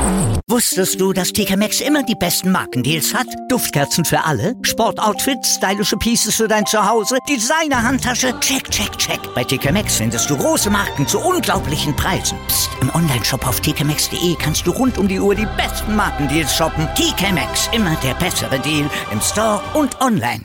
Wusstest du, dass TK Maxx immer die besten Markendeals hat? Duftkerzen für alle, Sportoutfits, stylische Pieces für dein Zuhause, Designer-Handtasche, check, check, check. Bei TK Maxx findest du große Marken zu unglaublichen Preisen. Psst. Im Onlineshop auf tkmaxx.de kannst du rund um die Uhr die besten Markendeals shoppen. TK Maxx, immer der bessere Deal im Store und online.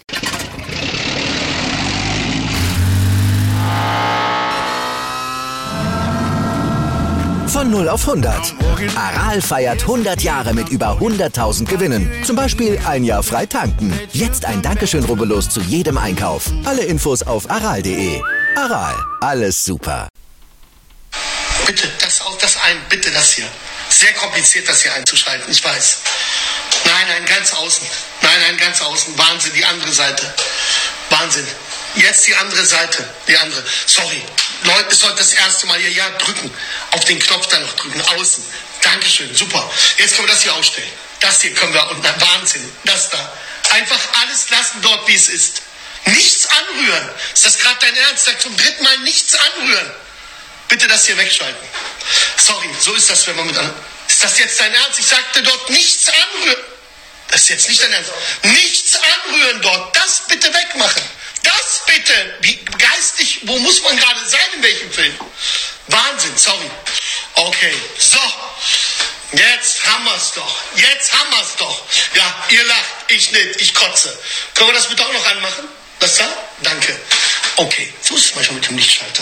Von 0 auf 100. Aral feiert 100 Jahre mit über 100.000 Gewinnen. Zum Beispiel ein Jahr frei tanken. Jetzt ein Dankeschön, rubbellos zu jedem Einkauf. Alle Infos auf aral.de. Aral, alles super. Bitte, bitte das hier. Sehr kompliziert, das hier einzuschalten, ich weiß. Nein, ganz außen. Nein, ganz außen. Wahnsinn, die andere Seite. Wahnsinn. Jetzt die andere Seite. Die andere. Sorry. Leute, es sollte das erste Mal hier. Ja, drücken. Auf den Knopf da noch drücken. Außen. Dankeschön. Super. Jetzt können wir das hier ausstellen. Das hier können wir. Und Wahnsinn. Das da. Einfach alles lassen dort, wie es ist. Nichts anrühren. Ist das gerade dein Ernst? Sag zum dritten Mal nichts anrühren. Bitte das hier wegschalten. Sorry, so ist das, wenn man mit anderen... Ist das jetzt dein Ernst? Ich sagte dort nichts anrühren. Das ist jetzt nicht dein Ernst. Nichts anrühren dort. Das bitte wegmachen. Das bitte. Wie geistig, wo muss man gerade sein, in welchem Film? Wahnsinn, sorry. Okay, so. Jetzt haben wir's doch. Ja, ihr lacht, ich nicht, ich kotze. Können wir das bitte auch noch anmachen? Das da? Danke. Okay, so ist es manchmal mit dem Lichtschalter.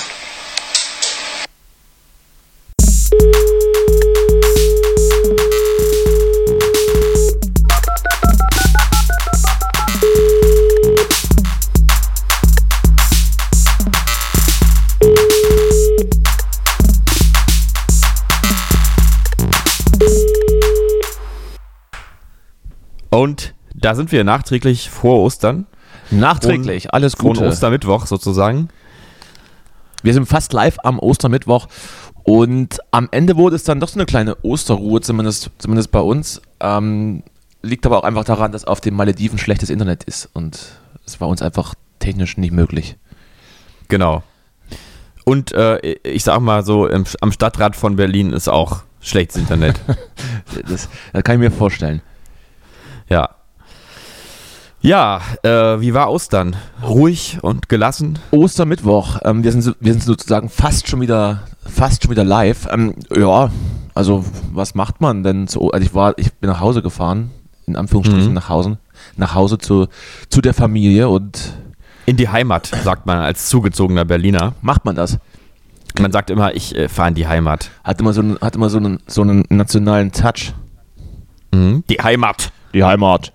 Und da sind wir nachträglich vor Ostern. Nachträglich, alles Gute. Von Ostermittwoch sozusagen. Wir sind fast live am Ostermittwoch und am Ende wurde es dann doch so eine kleine Osterruhe, zumindest bei uns. Liegt aber auch einfach daran, dass auf den Malediven schlechtes Internet ist und es war uns einfach technisch nicht möglich. Genau. Und ich sag mal so, am Stadtrat von Berlin ist auch schlechtes Internet. Das kann ich mir vorstellen. Ja. Ja, wie war Ostern? Ruhig und gelassen? Ostermittwoch. Wir sind sozusagen fast schon wieder live. Ja, also was macht man denn so? Also ich bin nach Hause gefahren, in Anführungsstrichen nach Hause zu der Familie und in die Heimat, sagt man als zugezogener Berliner. Macht man das? Man sagt immer, ich fahre in die Heimat. Hat immer so einen nationalen Touch. Die Heimat. Die Heimat.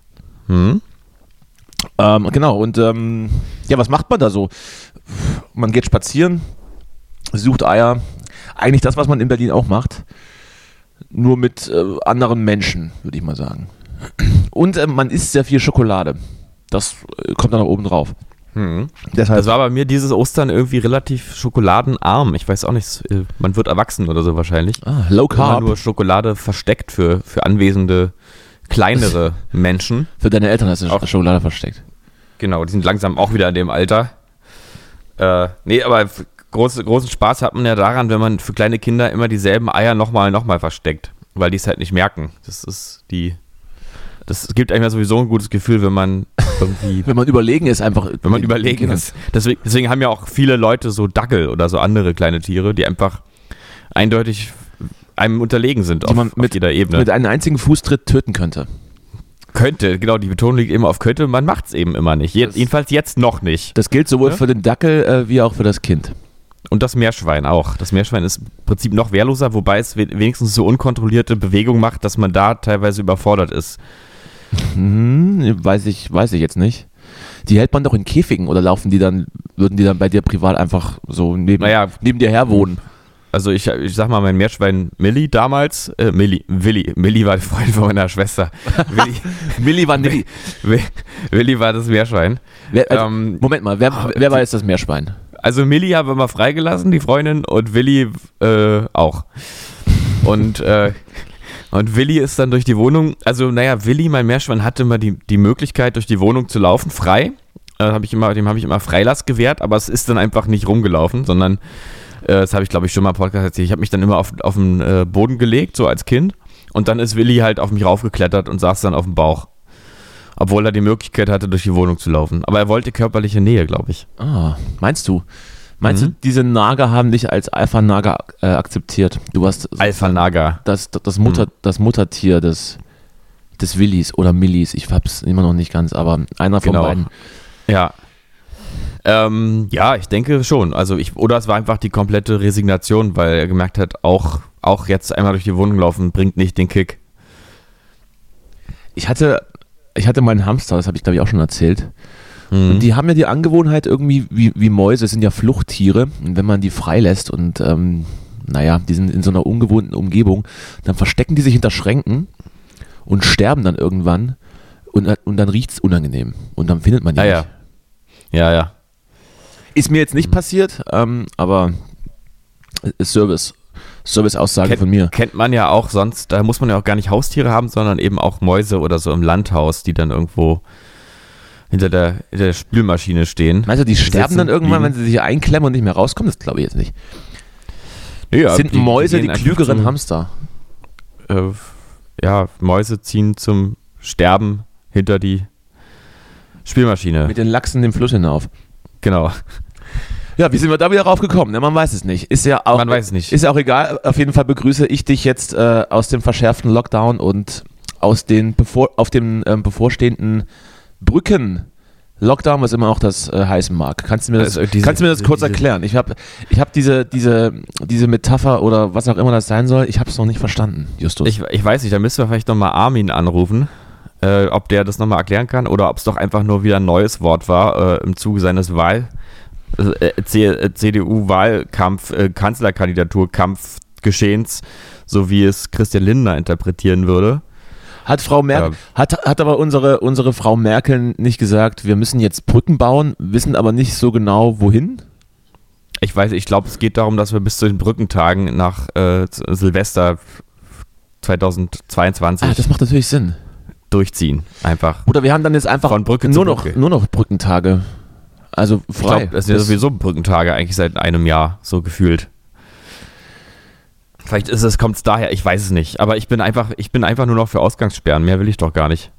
Genau, und ja, was macht man da so? Man geht spazieren, sucht Eier. Eigentlich das, was man in Berlin auch macht. Nur mit anderen Menschen, würde ich mal sagen. Und man isst sehr viel Schokolade. Das kommt dann noch oben drauf. Deshalb, das war bei mir dieses Ostern irgendwie relativ schokoladenarm. Ich weiß auch nicht, man wird erwachsen oder so wahrscheinlich. Low Carb. Immer nur Schokolade versteckt für anwesende kleinere Menschen. Für deine Eltern hast du Schokolade versteckt. Genau, die sind langsam auch wieder in dem Alter. Nee, aber großen Spaß hat man ja daran, wenn man für kleine Kinder immer dieselben Eier nochmal versteckt. Weil die es halt nicht merken. Das gibt einem ja sowieso ein gutes Gefühl, wenn man irgendwie... wenn man überlegen ist einfach. Wenn man überlegen ist. Deswegen haben ja auch viele Leute so Dackel oder so andere kleine Tiere, die einfach eindeutig einem unterlegen sind auf jeder Ebene. Mit einem einzigen Fußtritt töten könnte. Könnte, genau, die Betonung liegt eben auf könnte, man macht es eben immer nicht. Jedenfalls jetzt noch nicht. Das gilt sowohl für den Dackel wie auch für das Kind. Und das Meerschwein auch. Das Meerschwein ist im Prinzip noch wehrloser, wobei es wenigstens so unkontrollierte Bewegungen macht, dass man da teilweise überfordert ist. Weiß ich jetzt nicht. Die hält man doch in Käfigen oder würden die dann bei dir privat einfach so neben dir her wohnen? Also ich sag mal, mein Meerschwein Milli damals, Willi war die Freundin von meiner Schwester. Milli war Nilli. Willi war das Meerschwein. Moment mal, wer war jetzt das Meerschwein? Also Milli haben wir mal freigelassen, die Freundin, und Willi auch. Und Willi ist dann durch die Wohnung, also Willi, mein Meerschwein, hatte immer die Möglichkeit, durch die Wohnung zu laufen, frei. Dem habe ich immer Freilass gewährt, aber es ist dann einfach nicht rumgelaufen, sondern das habe ich, glaube ich, schon mal im Podcast erzählt. Ich habe mich dann immer auf den Boden gelegt, so als Kind, Und dann ist Willi halt auf mich raufgeklettert und saß dann auf dem Bauch. Obwohl er die Möglichkeit hatte, durch die Wohnung zu laufen. Aber er wollte körperliche Nähe, glaube ich. Ah, meinst du? Meinst du, diese Nager haben dich als Alpha-Nager akzeptiert? Du hast Alpha-Nager. das Muttertier des Willis oder Millis. Ich hab's immer noch nicht ganz, aber einer von beiden. Ja. Ja, ich denke schon. Also oder es war einfach die komplette Resignation, weil er gemerkt hat, auch jetzt einmal durch die Wohnung laufen bringt nicht den Kick. Ich hatte meinen Hamster, das habe ich glaube ich auch schon erzählt. Und die haben ja die Angewohnheit irgendwie wie Mäuse, es sind ja Fluchttiere. Und wenn man die freilässt und die sind in so einer ungewohnten Umgebung, dann verstecken die sich hinter Schränken und sterben dann irgendwann und dann riecht es unangenehm. Und dann findet man die nicht. Ja. Ist mir jetzt nicht passiert, aber Service-Aussage von mir. Kennt man ja auch sonst, da muss man ja auch gar nicht Haustiere haben, sondern eben auch Mäuse oder so im Landhaus, die dann irgendwo hinter der Spülmaschine stehen. Meinst du, die sterben dann irgendwann, wenn sie sich einklemmen und nicht mehr rauskommen? Das glaube ich jetzt nicht. Ja, sind Mäuse die klügeren Hamster? Mäuse ziehen zum Sterben hinter die Spülmaschine. Mit den Lachsen den Fluss hinauf. Genau. Ja, wie sind wir da wieder raufgekommen? Ja, man weiß es nicht. Ist ja auch egal. Auf jeden Fall begrüße ich dich jetzt aus dem verschärften Lockdown und auf den bevorstehenden Brücken-Lockdown, was immer auch das heißen mag. Kannst du mir das kurz erklären? Ich hab diese Metapher oder was auch immer das sein soll, ich habe es noch nicht verstanden, Justus. Ich weiß nicht, da müssen wir vielleicht nochmal Armin anrufen, ob der das nochmal erklären kann oder ob es doch einfach nur wieder ein neues Wort war im Zuge seines CDU-Wahlkampf, Kanzlerkandidaturkampfgeschehens, so wie es Christian Lindner interpretieren würde. Hat Frau Merkel, hat aber unsere Frau Merkel nicht gesagt, wir müssen jetzt Brücken bauen, wissen aber nicht so genau wohin? Ich glaube, es geht darum, dass wir bis zu den Brückentagen nach Silvester 2022 das macht natürlich Sinn. Durchziehen, einfach. Oder wir haben dann jetzt einfach von Brücke nur noch Brückentage. Also frei. Ich glaube, das sind ja sowieso Brückentage eigentlich seit einem Jahr, so gefühlt. Vielleicht kommt es daher, ich weiß es nicht. Aber ich bin einfach nur noch für Ausgangssperren. Mehr will ich doch gar nicht.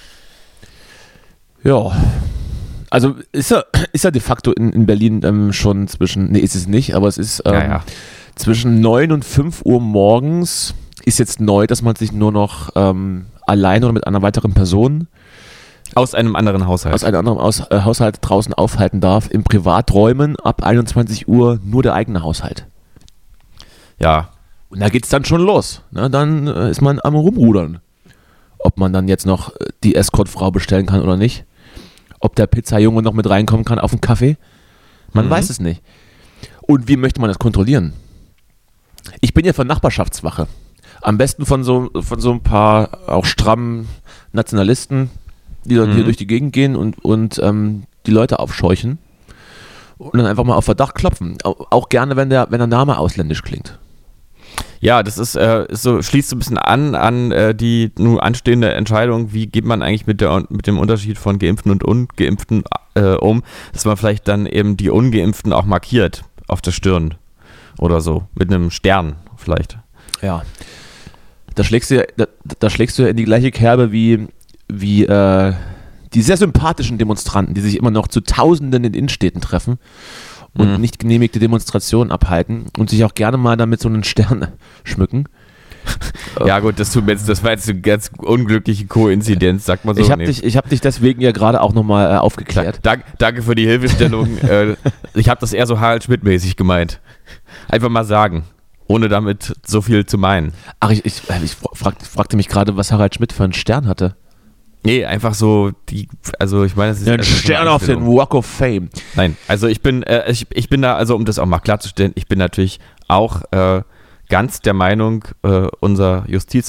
Ja. Also ist er de facto in Berlin schon zwischen, ist es nicht, aber es ist zwischen 9 und 5 Uhr morgens ist jetzt neu, dass man sich nur noch alleine oder mit einer weiteren Person aus einem anderen Haushalt. Aus einem anderen Haushalt draußen aufhalten darf. In Privaträumen ab 21 Uhr nur der eigene Haushalt. Ja. Und da geht es dann schon los. Ne? Dann ist man am Rumrudern. Ob man dann jetzt noch die Escortfrau bestellen kann oder nicht. Ob der Pizzajunge noch mit reinkommen kann auf den Kaffee. Man weiß es nicht. Und wie möchte man das kontrollieren? Ich bin ja für Nachbarschaftswache. Am besten von so ein paar auch strammen Nationalisten, die dann hier durch die Gegend gehen und die Leute aufscheuchen und dann einfach mal auf Verdacht klopfen. Auch gerne, wenn der Name ausländisch klingt. Ja, das ist schließt so ein bisschen an die nun anstehende Entscheidung, wie geht man eigentlich mit dem Unterschied von Geimpften und Ungeimpften um, dass man vielleicht dann eben die Ungeimpften auch markiert auf der Stirn oder so, mit einem Stern vielleicht. Ja, da schlägst du ja in die gleiche Kerbe wie die sehr sympathischen Demonstranten, die sich immer noch zu Tausenden in Innenstädten treffen und nicht genehmigte Demonstrationen abhalten und sich auch gerne mal damit so einen Stern schmücken. Ja gut, das war jetzt eine ganz unglückliche Koinzidenz, sagt man so. Ich hab dich deswegen ja gerade auch nochmal aufgeklärt. Danke für die Hilfestellung. Ich habe das eher so Harald Schmidt-mäßig gemeint. Einfach mal sagen, ohne damit so viel zu meinen. Ach, ich fragte mich gerade, was Harald Schmidt für einen Stern hatte. Nee, einfach so ich meine, das ist ein Stern auf den Walk of Fame. Nein, also ich bin da, also um das auch mal klarzustellen, ich bin natürlich auch ganz der Meinung, unser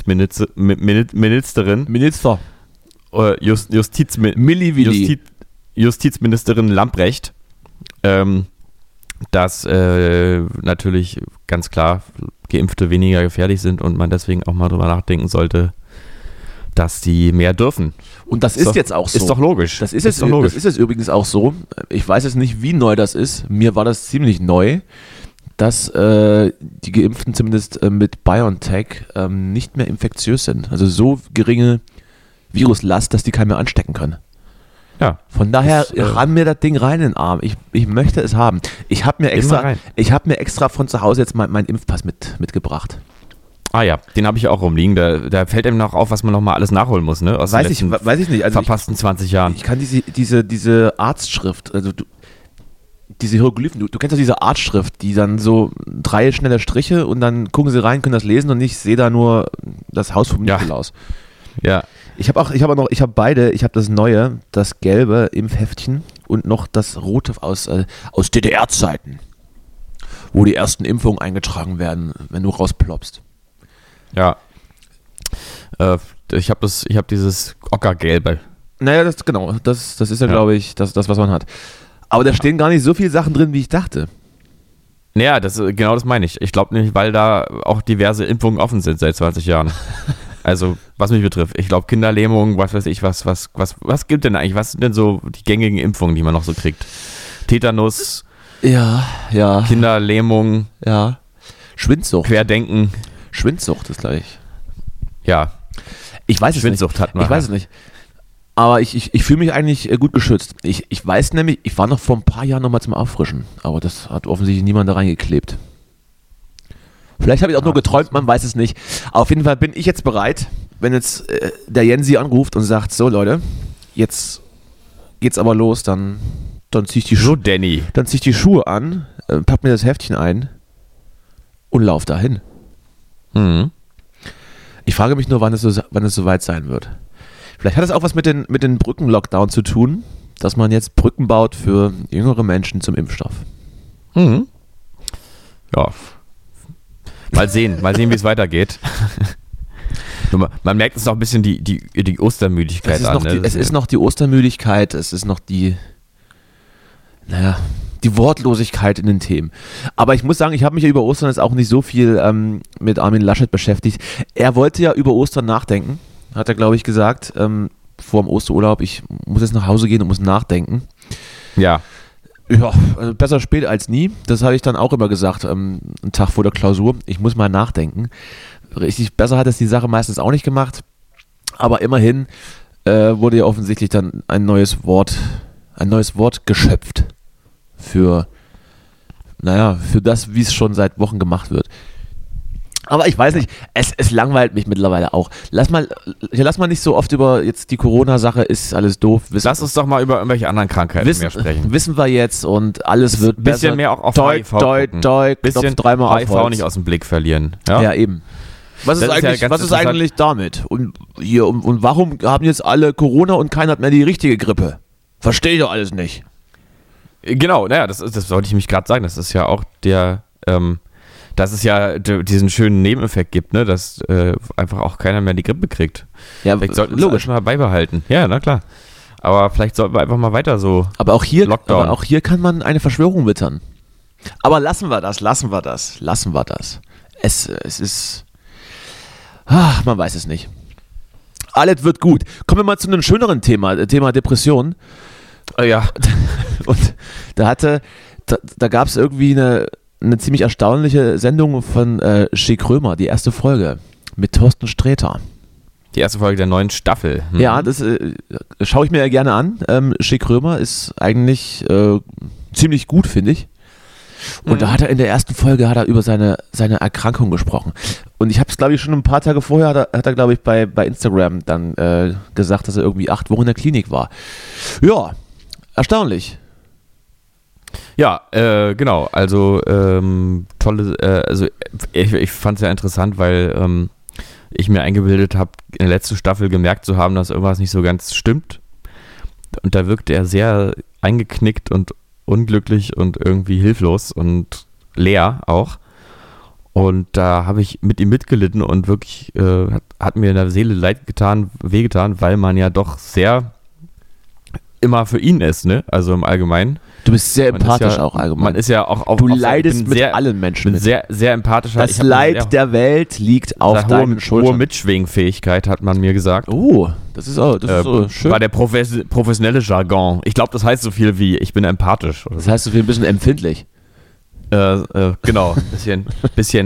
Justizministerin Lambrecht, dass natürlich ganz klar Geimpfte weniger gefährlich sind und man deswegen auch mal drüber nachdenken sollte, dass die mehr dürfen. Und das ist jetzt auch so. Ist doch logisch. Das ist jetzt übrigens auch so. Ich weiß jetzt nicht, wie neu das ist. Mir war das ziemlich neu, dass die Geimpften zumindest mit BioNTech nicht mehr infektiös sind. Also so geringe Viruslast, dass die keinen mehr anstecken können. Ja. Von daher ran mir das Ding rein in den Arm. Ich möchte es haben. Ich habe mir extra von zu Hause jetzt meinen Impfpass mitgebracht. Ah ja, den habe ich auch rumliegen. Da fällt einem noch auf, was man nochmal alles nachholen muss, ne? Aus weiß ich nicht. Also verpassten 20 Jahren. Ich kann diese Arztschrift, also diese Hieroglyphen, du kennst doch diese Arztschrift, die dann so 3 schnelle Striche und dann gucken sie rein, können das lesen und ich sehe da nur das Haus vom Nikolaus. Ja. Ich habe beide, ich habe das neue, das gelbe Impfheftchen und noch das rote aus DDR-Zeiten, wo die ersten Impfungen eingetragen werden, wenn du rausploppst. Ja. Ich habe dieses Ockergelbe. Naja, das ist ja, glaube ich, das, was man hat. Aber da stehen gar nicht so viele Sachen drin, wie ich dachte. Naja, genau das meine ich. Ich glaube nicht, weil da auch diverse Impfungen offen sind seit 20 Jahren. Also, was mich betrifft. Ich glaube, Kinderlähmung, was weiß ich, was gibt denn eigentlich? Was sind denn so die gängigen Impfungen, die man noch so kriegt? Tetanus. Ja. Kinderlähmung. Ja. Schwindsucht. Querdenken. Schwindsucht ist gleich. Ja. Ich weiß es Schwindsucht nicht. hat man. Ich weiß es nicht. Aber ich fühle mich eigentlich gut geschützt. Ich weiß nämlich, ich war noch vor ein paar Jahren nochmal zum Auffrischen. Aber das hat offensichtlich niemand da reingeklebt. Vielleicht habe ich auch nur geträumt, man weiß es nicht. Auf jeden Fall bin ich jetzt bereit, wenn jetzt der Jensi anruft und sagt, so Leute, jetzt geht's aber los, dann ziehe ich die Schuhe. So, Danny. Dann ziehe ich die Schuhe an, pack mir das Heftchen ein und lauf dahin. Mhm. Ich frage mich nur, wann es soweit sein wird. Vielleicht hat es auch was mit den Brücken-Lockdown zu tun, dass man jetzt Brücken baut für jüngere Menschen zum Impfstoff. Mhm. Ja. Mal sehen, wie es weitergeht. Man merkt es noch ein bisschen die Ostermüdigkeit an. Es ist noch die Ostermüdigkeit, es ist noch die Wortlosigkeit in den Themen. Aber ich muss sagen, ich habe mich ja über Ostern jetzt auch nicht so viel mit Armin Laschet beschäftigt. Er wollte ja über Ostern nachdenken, hat er, glaube ich, gesagt, vor dem Osterurlaub, ich muss jetzt nach Hause gehen und muss nachdenken. Ja. Ja, also besser spät als nie. Das habe ich dann auch immer gesagt, einen Tag vor der Klausur. Ich muss mal nachdenken. Richtig besser hat es die Sache meistens auch nicht gemacht. Aber immerhin wurde ja offensichtlich dann ein neues Wort geschöpft für das, wie es schon seit Wochen gemacht wird. Aber ich weiß nicht, es langweilt mich mittlerweile auch. Lass mal nicht so oft über jetzt die Corona-Sache, ist alles doof. Lass uns doch mal über irgendwelche anderen Krankheiten mehr sprechen. Wissen wir jetzt und alles wird besser. Bisschen mehr auch auf HIV gucken. Bisschen dreimal HIV nicht aus dem Blick verlieren. Ja eben. Was ist eigentlich damit? Und warum haben jetzt alle Corona und keiner hat mehr die richtige Grippe? Verstehe ich doch alles nicht. Genau, naja, das sollte ich mich gerade sagen. Das ist ja auch dass es ja diesen schönen Nebeneffekt gibt, ne, dass einfach auch keiner mehr die Grippe kriegt. Ja, vielleicht sollten wir das mal beibehalten. Ja, na klar. Aber vielleicht sollten wir einfach mal weiter so Aber auch hier Lockdown. kann man eine Verschwörung wittern. Aber lassen wir das. Es ist... man weiß es nicht. Alles wird gut. Kommen wir mal zu einem schöneren Thema Depression. Ja. Und da gab es irgendwie eine ziemlich erstaunliche Sendung von Schick Römer, die erste Folge mit Thorsten Sträter. Die erste Folge der neuen Staffel. Mhm. Ja, das schaue ich mir ja gerne an. Schick Römer ist eigentlich ziemlich gut, finde ich. Und da hat er in der ersten Folge über seine Erkrankung gesprochen. Und ich habe es, glaube ich, schon ein paar Tage vorher, hat er, glaube ich, bei Instagram dann gesagt, dass er irgendwie 8 Wochen in der Klinik war. Ja, erstaunlich. Ja, genau. Also also ich fand es ja interessant, weil ich mir eingebildet habe, in der letzten Staffel gemerkt zu haben, dass irgendwas nicht so ganz stimmt. Und da wirkte er sehr eingeknickt und unglücklich und irgendwie hilflos und leer auch. Und da habe ich mit ihm mitgelitten und wirklich hat mir in der Seele wehgetan, weil man ja doch sehr immer für ihn ist, ne? Also im Allgemeinen. Du bist sehr empathisch auch allgemein. Man ist ja auch du leidest mit allen Menschen mit. Sehr, sehr empathischer. Das Leid der Welt liegt auf deinen Schultern. Hohe Mitschwingfähigkeit, hat man mir gesagt. Oh, das ist so schön. War der professionelle Jargon. Ich glaube, das heißt so viel wie, ich bin empathisch. Das heißt so viel ein bisschen empfindlich. Genau, bisschen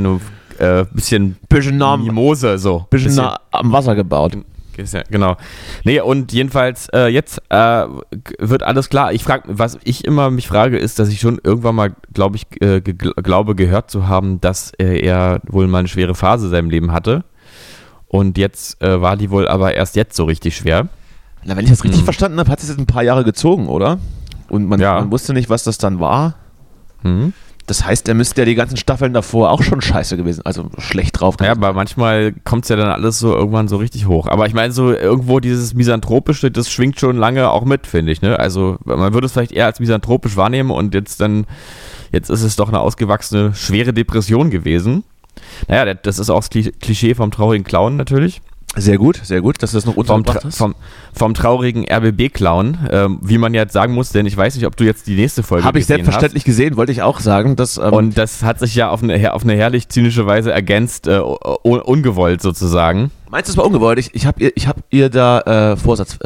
Mimose, so. Bisschen nah am Wasser gebaut. Ja, genau. Nee, und jedenfalls, jetzt wird alles klar. Was ich immer mich frage, ist, dass ich schon irgendwann mal, glaube gehört zu haben, dass er wohl mal eine schwere Phase in seinem Leben hatte. Und jetzt war die wohl aber erst jetzt so richtig schwer. Na, wenn ich das richtig verstanden habe, hat es jetzt ein paar Jahre gezogen, oder? Und man wusste nicht, was das dann war. Das heißt, er müsste ja die ganzen Staffeln davor auch schon scheiße gewesen, also schlecht drauf gewesen. Ja, aber manchmal kommt es ja dann alles so irgendwann so richtig hoch. Aber ich meine, so irgendwo dieses Misanthropische, das schwingt schon lange auch mit, finde ich. Ne? Also man würde es vielleicht eher als misanthropisch wahrnehmen und jetzt ist es doch eine ausgewachsene, schwere Depression gewesen. Naja, das ist auch das Klischee vom traurigen Clown natürlich. Sehr gut, dass du das noch untergebracht hast. Vom traurigen RBB-Clown, wie man jetzt sagen muss, denn ich weiß nicht, ob du jetzt die nächste Folge gesehen hast. Habe ich selbstverständlich gesehen, wollte ich auch sagen. Dass, und das hat sich ja auf eine herrlich zynische Weise ergänzt, ungewollt sozusagen. Meinst du, es war ungewollt? Ich hab ihr da Vorsatz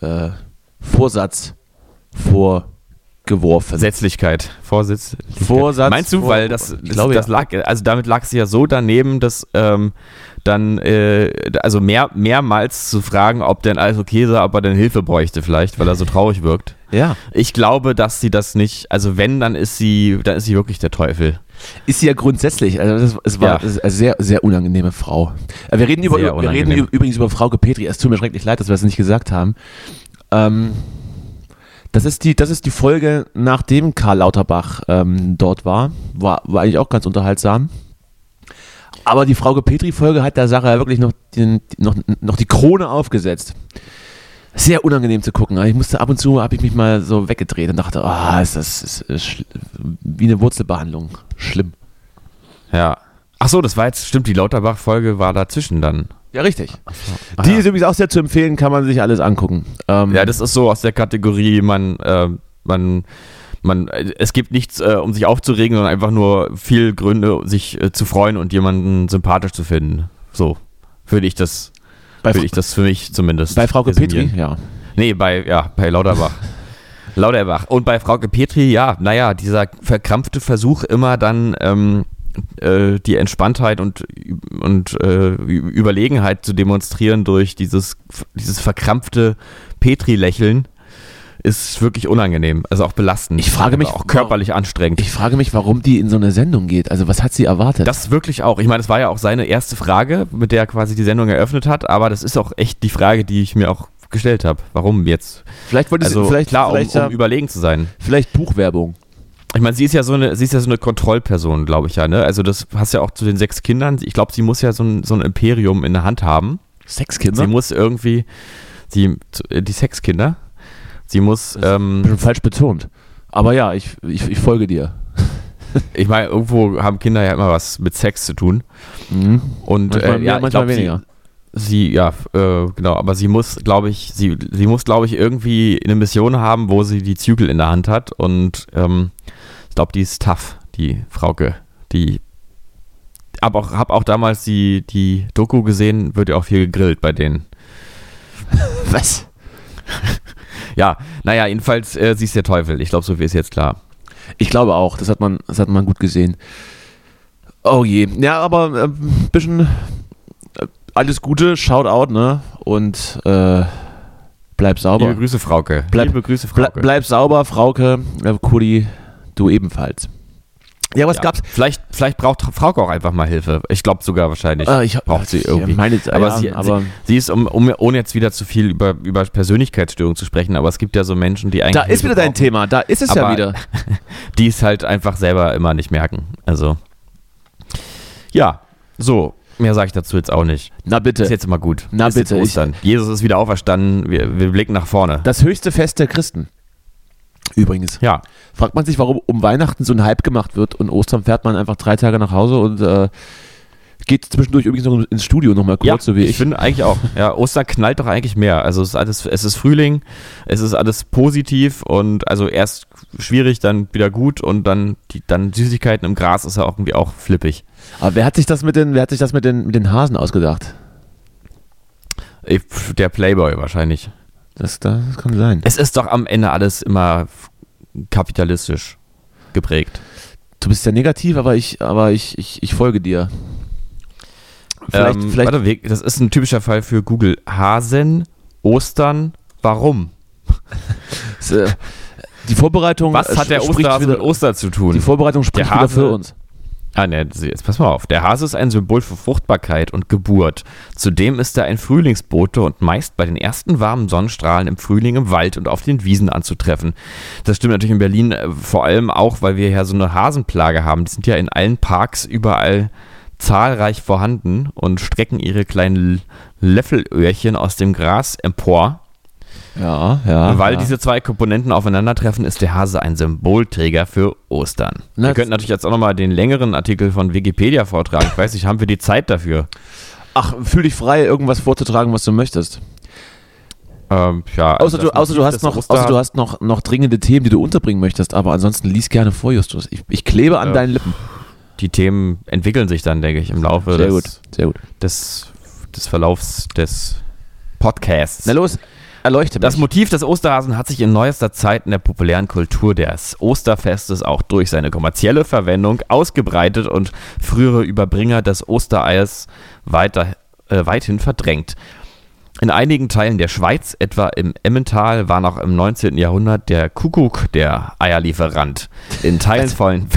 vorgeworfen. Vorsatz. Meinst du, weil damit lag sie ja so daneben, dass also mehrmals zu fragen, ob denn alles okay sei, ob er denn Hilfe bräuchte vielleicht, weil er so traurig wirkt. Ja. Ich glaube, dass sie das nicht, also wenn, dann ist sie wirklich der Teufel. Ist sie ja grundsätzlich, also es war eine sehr, sehr unangenehme Frau. Wir reden übrigens über Frauke Petry, es tut mir schrecklich leid, dass wir das nicht gesagt haben. Das ist die Folge, nachdem Karl Lauterbach dort war eigentlich auch ganz unterhaltsam. Aber die Frauke Petry-Folge hat der Sache ja wirklich noch die Krone aufgesetzt. Sehr unangenehm zu gucken. Ich musste ab und zu, habe ich mich mal so weggedreht und dachte, ist wie eine Wurzelbehandlung. Schlimm. Ja. Ach so, das war jetzt, stimmt, die Lauterbach-Folge war dazwischen dann. Ja, richtig. Die ist übrigens auch sehr zu empfehlen, kann man sich alles angucken. Ja, das ist so aus der Kategorie, es gibt nichts, um sich aufzuregen, sondern einfach nur viel Gründe, sich zu freuen und jemanden sympathisch zu finden. So würde ich das für mich zumindest. Bei Frauke Petry, ja. Nee, bei Lauterbach. Und bei Frauke Petry, dieser verkrampfte Versuch immer dann die Entspanntheit und Überlegenheit zu demonstrieren durch dieses verkrampfte Petry-Lächeln ist wirklich unangenehm, also auch belastend. Ich frage mich, auch körperlich anstrengend. Ich frage mich, warum die in so eine Sendung geht. Also was hat sie erwartet? Das wirklich auch. Ich meine, es war ja auch seine erste Frage, mit der er quasi die Sendung eröffnet hat, aber das ist auch echt die Frage, die ich mir auch gestellt habe. Warum jetzt? Vielleicht wollte sie, um überlegen zu sein. Vielleicht Buchwerbung. Ich meine, sie ist ja so eine Kontrollperson, glaube ich ja, ne? Also das passt ja auch zu den 6 Kindern. Ich glaube, sie muss ja so ein Imperium in der Hand haben. 6 Kinder? Sie muss irgendwie, die 6 Kinder, sie muss... ein bisschen falsch betont. Aber ja, ich folge dir. Ich meine, irgendwo haben Kinder ja immer was mit Sex zu tun. Mhm. Und manchmal weniger. Genau, aber sie muss, glaube ich, irgendwie eine Mission haben, wo sie die Zügel in der Hand hat und ich glaube, die ist tough, die Frauke. Hab auch damals die Doku gesehen, wird ja auch viel gegrillt bei denen. Was? Ja, jedenfalls, sie ist der Teufel. Ich glaube, so viel ist jetzt klar. Ich glaube auch, das hat man gut gesehen. Oh je. Ja, aber ein bisschen alles Gute, Shoutout, ne? Und bleib sauber. Liebe Grüße, Frauke. Bleib sauber, Frauke. Kuri, du ebenfalls. Ja, was gab's? Vielleicht braucht Frauke auch einfach mal Hilfe. Ich glaube sogar wahrscheinlich braucht sie irgendwie. Sie ist, ohne jetzt wieder zu viel über Persönlichkeitsstörungen zu sprechen, aber es gibt ja so Menschen, die eigentlich Da ist wieder dein Thema, da ist es ja wieder. Die es halt einfach selber immer nicht merken. Also, ja, so. Mehr sage ich dazu jetzt auch nicht. Na bitte. Ist jetzt immer gut. Na bitte. Jetzt Ostern. Jesus ist wieder auferstanden. Wir blicken nach vorne. Das höchste Fest der Christen. Übrigens. Ja. Fragt man sich, warum um Weihnachten so ein Hype gemacht wird und Ostern fährt man einfach 3 Tage nach Hause und geht zwischendurch übrigens noch ins Studio nochmal kurz, so wie ich. Ich finde eigentlich auch. Ja, Ostern knallt doch eigentlich mehr. Also es ist Frühling, es ist alles positiv und also erst schwierig, dann wieder gut und dann Süßigkeiten im Gras ist ja auch irgendwie auch flippig. Aber wer hat sich das mit den Hasen ausgedacht? Der Playboy wahrscheinlich. Das kann sein. Es ist doch am Ende alles immer kapitalistisch geprägt. Du bist ja negativ, aber ich folge dir. Vielleicht. Warte, das ist ein typischer Fall für Google. Hasen, Ostern, warum? Die Vorbereitung. Was hat der Osterhase mit Ostern zu tun? Die Vorbereitung spricht wieder für uns. Jetzt pass mal auf. Der Hase ist ein Symbol für Fruchtbarkeit und Geburt. Zudem ist er ein Frühlingsbote und meist bei den ersten warmen Sonnenstrahlen im Frühling im Wald und auf den Wiesen anzutreffen. Das stimmt natürlich in Berlin vor allem auch, weil wir ja so eine Hasenplage haben. Die sind ja in allen Parks überall zahlreich vorhanden und strecken ihre kleinen Löffelöhrchen aus dem Gras empor. Ja. Weil diese zwei Komponenten aufeinandertreffen, ist der Hase ein Symbolträger für Ostern. Wir könnten natürlich jetzt auch nochmal den längeren Artikel von Wikipedia vortragen. Ich weiß nicht, haben wir die Zeit dafür? Ach, fühl dich frei, irgendwas vorzutragen, was du möchtest. Außer du hast noch dringende Themen, die du unterbringen möchtest, aber ansonsten lies gerne vor, Justus. Ich klebe an deinen Lippen. Die Themen entwickeln sich dann, denke ich, im Laufe des Verlaufs des Podcasts. Na los, erleuchte mich. Das Motiv des Osterhasen hat sich in neuester Zeit in der populären Kultur des Osterfestes auch durch seine kommerzielle Verwendung ausgebreitet und frühere Überbringer des Ostereiers weithin verdrängt. In einigen Teilen der Schweiz, etwa im Emmental, war noch im 19. Jahrhundert der Kuckuck der Eierlieferant. In Teilen von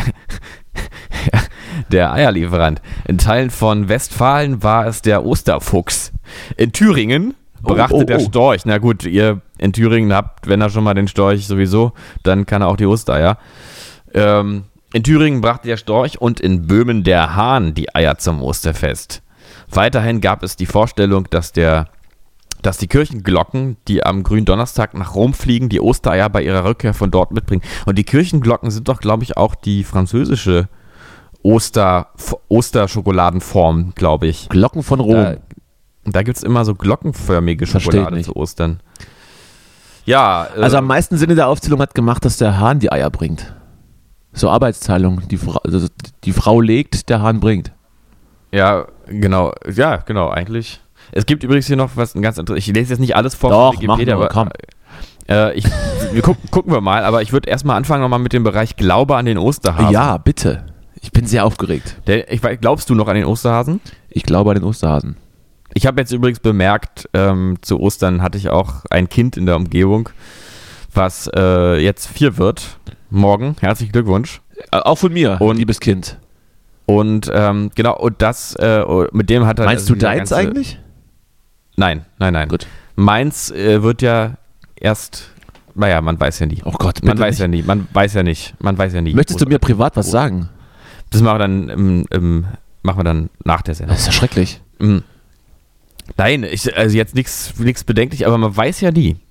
In Teilen von Westfalen war es der Osterfuchs. In Thüringen brachte der Storch. Na gut, ihr in Thüringen habt, wenn er schon mal den Storch sowieso, dann kann er auch die Ostereier. In Thüringen brachte der Storch und in Böhmen der Hahn die Eier zum Osterfest. Weiterhin gab es die Vorstellung, dass die Kirchenglocken, die am Gründonnerstag nach Rom fliegen, die Ostereier bei ihrer Rückkehr von dort mitbringen. Und die Kirchenglocken sind doch, glaube ich, auch die französische Osterschokoladenform, glaube ich. Glocken von Rom. Da gibt es immer so glockenförmige Schokolade zu Ostern. Ja. Also am meisten Sinn in der Aufzählung hat gemacht, dass der Hahn die Eier bringt. So Arbeitsteilung. Die Frau legt, der Hahn bringt. Ja, genau. Ja, genau, eigentlich. Es gibt übrigens hier noch was ganz interessantes. Ich lese jetzt nicht alles vor von Wikipedia, aber komm. Wir gucken wir mal, aber ich würde erstmal anfangen nochmal mit dem Bereich Glaube an den Osterhasen. Ja, bitte. Ich bin sehr aufgeregt. Glaubst du noch an den Osterhasen? Ich glaube an den Osterhasen. Ich habe jetzt übrigens bemerkt, zu Ostern hatte ich auch ein Kind in der Umgebung, was jetzt 4 wird. Morgen. Herzlichen Glückwunsch. Auch von mir, liebes Kind. Und genau, und das, mit dem hat er... Meinst du deins eigentlich? Nein. Gut. Meins wird ja erst... Naja, man weiß ja nie. Oh Gott, man weiß ja nie. Möchtest du mir privat was sagen? Das machen wir dann nach der Sendung. Das ist ja schrecklich. Nein, also jetzt nichts bedenklich, aber man weiß ja nie.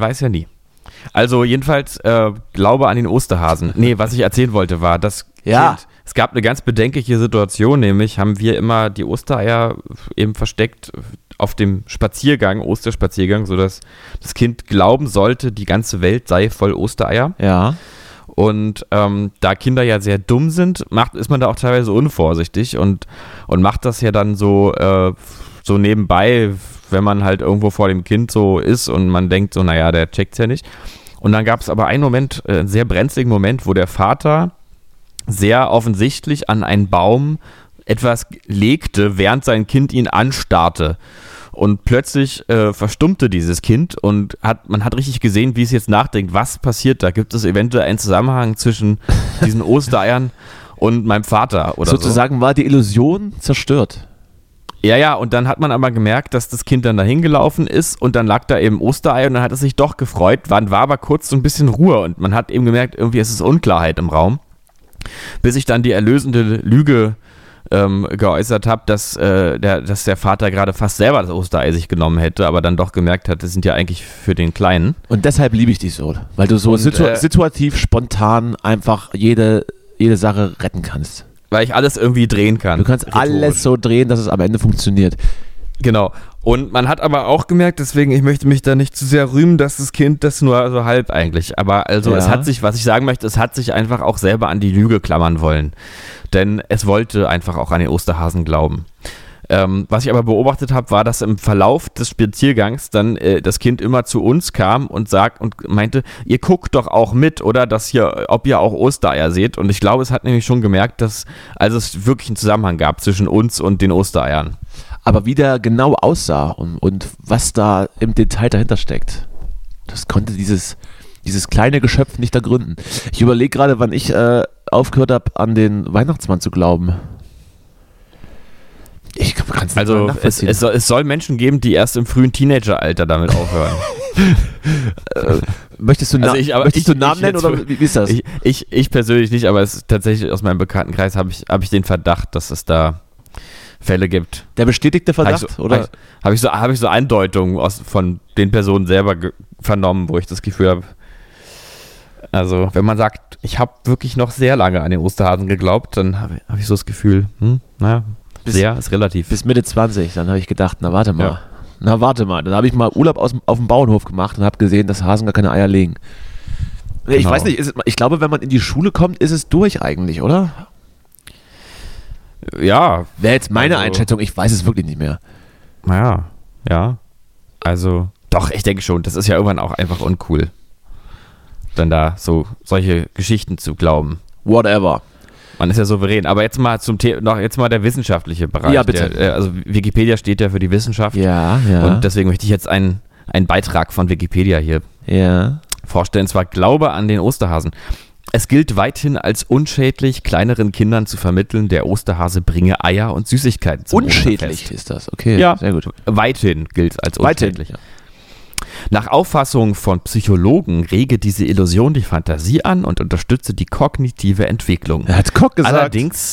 Also jedenfalls Glaube an den Osterhasen. Nee, was ich erzählen wollte war, dass Kind, es gab eine ganz bedenkliche Situation, nämlich haben wir immer die Ostereier eben versteckt auf dem Osterspaziergang, sodass das Kind glauben sollte, die ganze Welt sei voll Ostereier. Ja. Und da Kinder ja sehr dumm sind, ist man da auch teilweise unvorsichtig und macht das ja dann so nebenbei, wenn man halt irgendwo vor dem Kind so ist und man denkt so, naja, der checkt's ja nicht. Und dann gab es aber einen Moment, einen sehr brenzligen Moment, wo der Vater sehr offensichtlich an einen Baum etwas legte, während sein Kind ihn anstarrte. Und plötzlich verstummte dieses Kind und man hat richtig gesehen, wie es jetzt nachdenkt, was passiert da? Gibt es eventuell einen Zusammenhang zwischen diesen Ostereiern und meinem Vater oder sozusagen war die Illusion zerstört. Ja, und dann hat man aber gemerkt, dass das Kind dann dahin gelaufen ist und dann lag da eben Osterei und dann hat es sich doch gefreut, war aber kurz so ein bisschen Ruhe und man hat eben gemerkt, irgendwie ist es Unklarheit im Raum, bis ich dann die erlösende Lüge geäußert habe, dass der Vater gerade fast selber das Osterei sich genommen hätte, aber dann doch gemerkt hat, das sind ja eigentlich für den Kleinen. Und deshalb liebe ich dich so, weil du so situativ, spontan einfach jede Sache retten kannst. Weil ich alles irgendwie drehen kann. Du kannst alles so drehen, dass es am Ende funktioniert. Genau. Und man hat aber auch gemerkt, deswegen, ich möchte mich da nicht zu sehr rühmen, dass das Kind das nur so halb eigentlich. Aber also es hat sich, was ich sagen möchte, es hat sich einfach auch selber an die Lüge klammern wollen. Denn es wollte einfach auch an den Osterhasen glauben. Was ich aber beobachtet habe, war, dass im Verlauf des Spaziergangs dann das Kind immer zu uns kam und meinte, ihr guckt doch auch mit, oder, ob ihr auch Ostereier seht. Und ich glaube, es hat nämlich schon gemerkt, dass es wirklich einen Zusammenhang gab zwischen uns und den Ostereiern. Aber wie der genau aussah und was da im Detail dahinter steckt, das konnte dieses kleine Geschöpf nicht ergründen. Ich überlege gerade, wann ich aufgehört habe, an den Weihnachtsmann zu glauben. Ich kann es nicht mal nachvollziehen. Es soll Menschen geben, die erst im frühen Teenageralter damit aufhören. Möchtest du Namen nennen oder wie ist das? Ich persönlich nicht, aber es ist tatsächlich aus meinem Bekanntenkreis habe ich den Verdacht, dass es da Fälle gibt. Der bestätigte Verdacht? Oder? Habe ich so Andeutungen von den Personen selber vernommen, wo ich das Gefühl habe, also wenn man sagt, ich habe wirklich noch sehr lange an den Osterhasen geglaubt, dann habe ich so das Gefühl, sehr ist relativ. Bis Mitte 20, dann habe ich gedacht, na warte mal. Dann habe ich mal Urlaub auf dem Bauernhof gemacht und habe gesehen, dass Hasen gar keine Eier legen. Ich Genau. weiß nicht, ich glaube, wenn man in die Schule kommt, ist es durch eigentlich, oder? Ja. Wäre jetzt meine Einschätzung, ich weiß es wirklich nicht mehr. Naja, ja. Also, doch, ich denke schon, das ist ja irgendwann auch einfach uncool, dann da so solche Geschichten zu glauben. Whatever. Man ist ja souverän. Aber jetzt mal jetzt mal der wissenschaftliche Bereich. Ja, bitte. Also Wikipedia steht ja für die Wissenschaft. Ja. Und deswegen möchte ich jetzt einen Beitrag von Wikipedia hier vorstellen. Und zwar Glaube an den Osterhasen. Es gilt weithin als unschädlich, kleineren Kindern zu vermitteln, der Osterhase bringe Eier und Süßigkeiten zum Unschädlich ist das, okay. Ja, sehr gut. Weithin gilt als unschädlich. Ja. Nach Auffassung von Psychologen rege diese Illusion die Fantasie an und unterstütze die kognitive Entwicklung. Er hat Kock gesagt.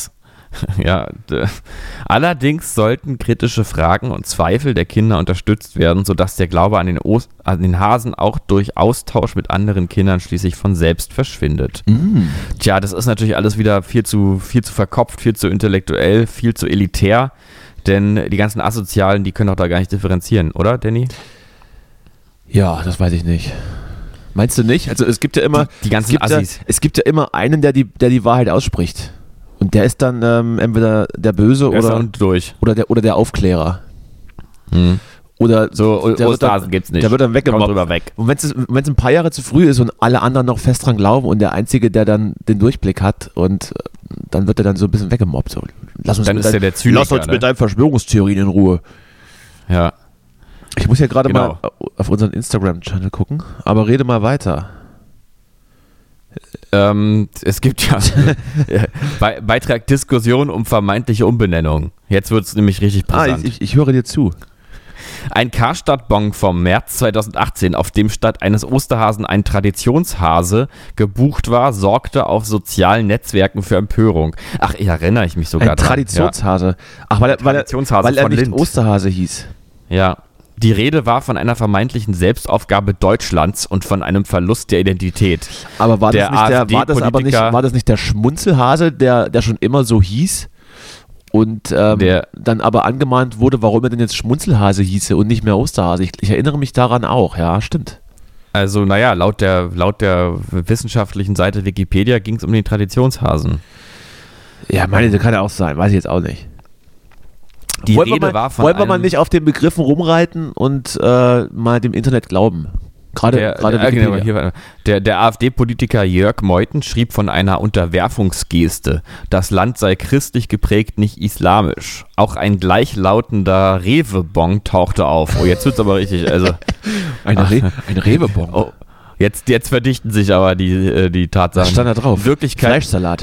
Allerdings sollten kritische Fragen und Zweifel der Kinder unterstützt werden, sodass der Glaube an den Hasen auch durch Austausch mit anderen Kindern schließlich von selbst verschwindet. Tja, das ist natürlich alles wieder viel zu verkopft, viel zu intellektuell, viel zu elitär, denn die ganzen Asozialen, die können doch da gar nicht differenzieren, oder, Danny? Ja, das weiß ich nicht. Meinst du nicht? Also es gibt ja immer die ganzen Assis. Es gibt ja immer einen, der die Wahrheit ausspricht. Und der ist dann entweder der Böse oder der Aufklärer. Oder so Osterhasen gibt's nicht. Der wird dann weggemobbt. Kommt drüber weg. Und wenn es ein paar Jahre zu früh ist und alle anderen noch fest dran glauben und der Einzige, der dann den Durchblick hat und dann wird er dann so ein bisschen weggemobbt. So, lass uns mit deinen Verschwörungstheorien in Ruhe. Ja. Ich muss ja gerade mal auf unseren Instagram-Channel gucken, aber rede mal weiter. Es gibt ja Beitrag Diskussion um vermeintliche Umbenennung. Jetzt wird es nämlich richtig brisant. Ich höre dir zu. Ein Karstadt-Bon vom März 2018, auf dem statt eines Osterhasen ein Traditionshase gebucht war, sorgte auf sozialen Netzwerken für Empörung. Ach, erinnere ich mich sogar dran. Traditionshase? Ja. Ach, weil er nicht Lind. Osterhase hieß. Ja. Die Rede war von einer vermeintlichen Selbstaufgabe Deutschlands und von einem Verlust der Identität. Aber war das nicht der Schmunzelhase, der schon immer so hieß und dann aber angemahnt wurde, warum er denn jetzt Schmunzelhase hieße und nicht mehr Osterhase? Ich erinnere mich daran auch, ja, stimmt. Also, naja, laut der wissenschaftlichen Seite Wikipedia ging es um den Traditionshasen. Ja, das kann ja auch sein, weiß ich jetzt auch nicht. Wollen wir mal nicht auf den Begriffen rumreiten und mal dem Internet glauben? Gerade der AfD-Politiker Jörg Meuthen schrieb von einer Unterwerfungsgeste. Das Land sei christlich geprägt, nicht islamisch. Auch ein gleichlautender Rewe-Bon tauchte auf. Oh, jetzt wird's aber richtig. Also ein Rewe-Bon. Oh, jetzt verdichten sich aber die Tatsachen. Was stand da drauf? Fleischsalat.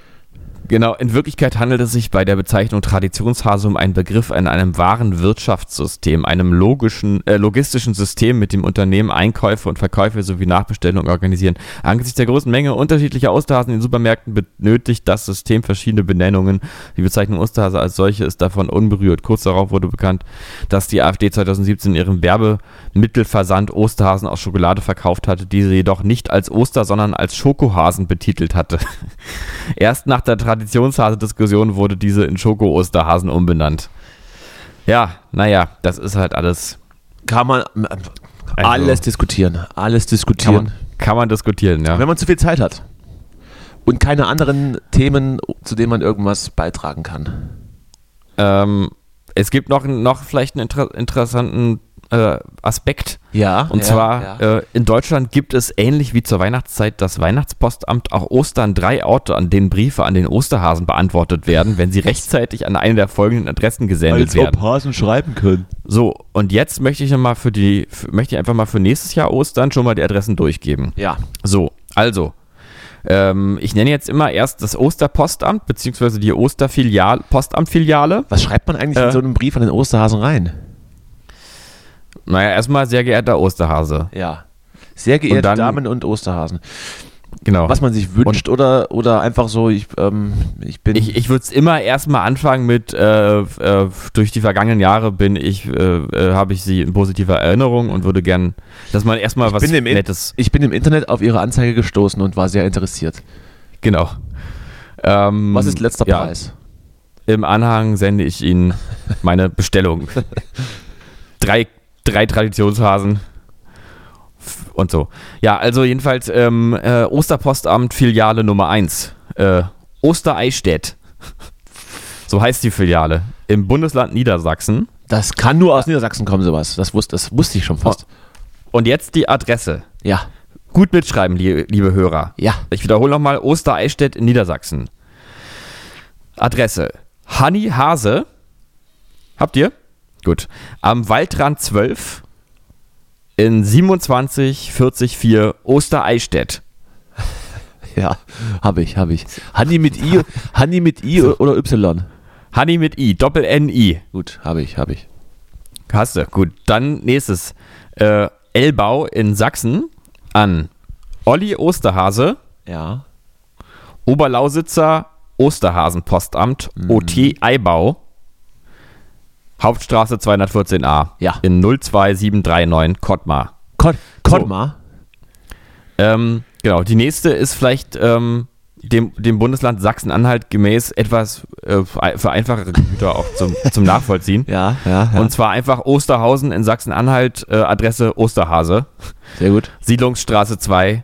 In Wirklichkeit handelt es sich bei der Bezeichnung Traditionshase um einen Begriff in einem wahren Wirtschaftssystem, einem logistischen System, mit dem Unternehmen Einkäufe und Verkäufe sowie Nachbestellungen organisieren. Angesichts der großen Menge unterschiedlicher Osterhasen in den Supermärkten benötigt das System verschiedene Benennungen. Die Bezeichnung Osterhase als solche ist davon unberührt. Kurz darauf wurde bekannt, dass die AfD 2017 in ihrem Werbemittelversand Osterhasen aus Schokolade verkauft hatte, diese jedoch nicht als Oster, sondern als Schokohasen betitelt hatte. Erst nach der Traditionshase-Diskussion wurde diese in Schoko-Osterhasen umbenannt. Ja, naja, das ist halt alles. Kann man alles diskutieren. Kann man diskutieren, ja. Wenn man zu viel Zeit hat. Und keine anderen Themen, zu denen man irgendwas beitragen kann. Es gibt noch vielleicht einen interessanten Aspekt. Ja. Und zwar in Deutschland gibt es ähnlich wie zur Weihnachtszeit das Weihnachtspostamt auch Ostern 3 Orte, an denen Briefe an den Osterhasen beantwortet werden, wenn sie rechtzeitig an eine der folgenden Adressen gesendet werden. Als ob Hasen schreiben können. So, und jetzt möchte ich einfach mal für nächstes Jahr Ostern schon mal die Adressen durchgeben. Ja. So, also, ich nenne jetzt immer erst das Osterpostamt, beziehungsweise die Postamtfiliale. Was schreibt man eigentlich in so einem Brief an den Osterhasen rein? Naja, erstmal sehr geehrter Osterhase. Ja. Sehr geehrte dann, Damen und Osterhasen. Genau. Was man sich wünscht oder einfach so, ich bin... Ich würde es immer erstmal anfangen mit, durch die vergangenen Jahre habe ich sie in positiver Erinnerung und würde gern, dass man erstmal was Nettes... Ich bin im Internet auf ihre Anzeige gestoßen und war sehr interessiert. Genau. Was ist letzter Preis? Im Anhang sende ich Ihnen meine Bestellung. Drei Traditionshasen und so. Ja, also jedenfalls Osterpostamt Filiale Nummer 1. Ostereichstätt. So heißt die Filiale. Im Bundesland Niedersachsen. Das kann nur aus Niedersachsen kommen, sowas. Das wusste ich schon fast. Und jetzt die Adresse. Ja. Gut mitschreiben, liebe Hörer. Ja. Ich wiederhole nochmal, Ostereichstätt in Niedersachsen. Adresse. Hanni Hase. Habt ihr? Gut. Am Waldrand 12 in 27404 Ostereichstätt. Ja, habe ich. Hanni mit I oder Y? Hanni mit I, Doppel-N-I. Gut, habe ich. Hast du, gut. Dann nächstes. Elbau in Sachsen an Olli Osterhase. Ja. Oberlausitzer Osterhasenpostamt, OT Eibau. Hauptstraße 214a. Ja. In 02739 Kottmar. Kottmar? Genau, die nächste ist vielleicht dem Bundesland Sachsen-Anhalt gemäß etwas für einfachere Güter auch zum Nachvollziehen. Ja. Und zwar einfach Osterhausen in Sachsen-Anhalt, Adresse Osterhase. Sehr gut. Siedlungsstraße 2,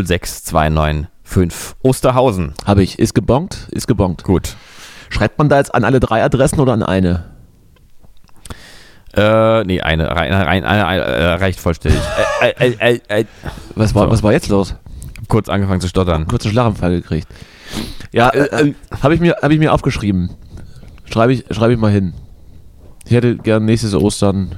06295. Osterhausen. Habe ich. Ist gebongt? Gut. Schreibt man da jetzt an alle 3 Adressen oder an eine? Nee, eine reicht vollständig. Was war jetzt los? Kurz angefangen zu stottern. Kurzen Schlaganfall gekriegt. Ja, habe ich mir aufgeschrieben. Schreibe ich mal hin. Ich hätte gern nächstes Ostern,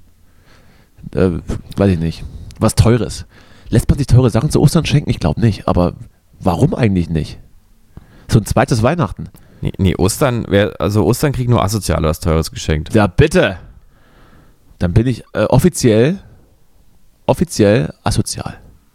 weiß ich nicht, was Teures. Lässt man sich teure Sachen zu Ostern schenken? Ich glaube nicht. Aber warum eigentlich nicht? So ein zweites Weihnachten. Nee, Ostern kriegt nur Asoziale was Teures geschenkt. Ja, bitte. Dann bin ich offiziell asozial.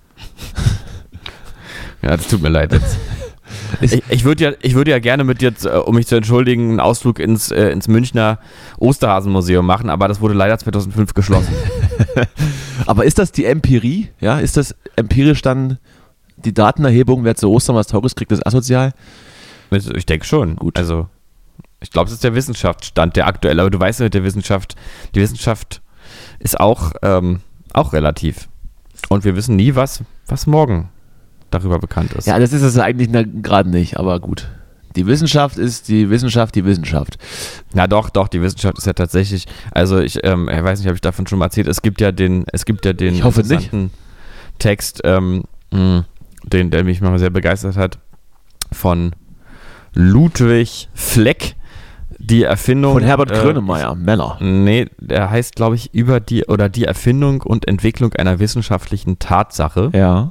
Ja, das tut mir leid jetzt. Ich würde ja gerne mit dir, um mich zu entschuldigen, einen Ausflug ins Münchner Osterhasenmuseum machen, aber das wurde leider 2005 geschlossen. Aber ist das die Empirie? Ja, ist das empirisch dann die Datenerhebung, wer zu Ostern was Teures kriegt, ist asozial? Ich denke schon. Gut. Also, ich glaube, es ist der Wissenschaftsstand, der aktuelle, aber du weißt ja mit der Wissenschaft, die Wissenschaft ist auch relativ. Und wir wissen nie, was morgen darüber bekannt ist. Ja, das ist es eigentlich gerade nicht, aber gut. Die Wissenschaft ist die Wissenschaft. Na doch, die Wissenschaft ist ja tatsächlich, also ich weiß nicht, habe ich davon schon mal erzählt, es gibt ja den ich hoffe interessanten Text, der mich mal sehr begeistert hat, von Ludwig Fleck, die Erfindung... Von Herbert Grönemeyer, Männer. Nee, der heißt, glaube ich, über die Erfindung und Entwicklung einer wissenschaftlichen Tatsache. Ja.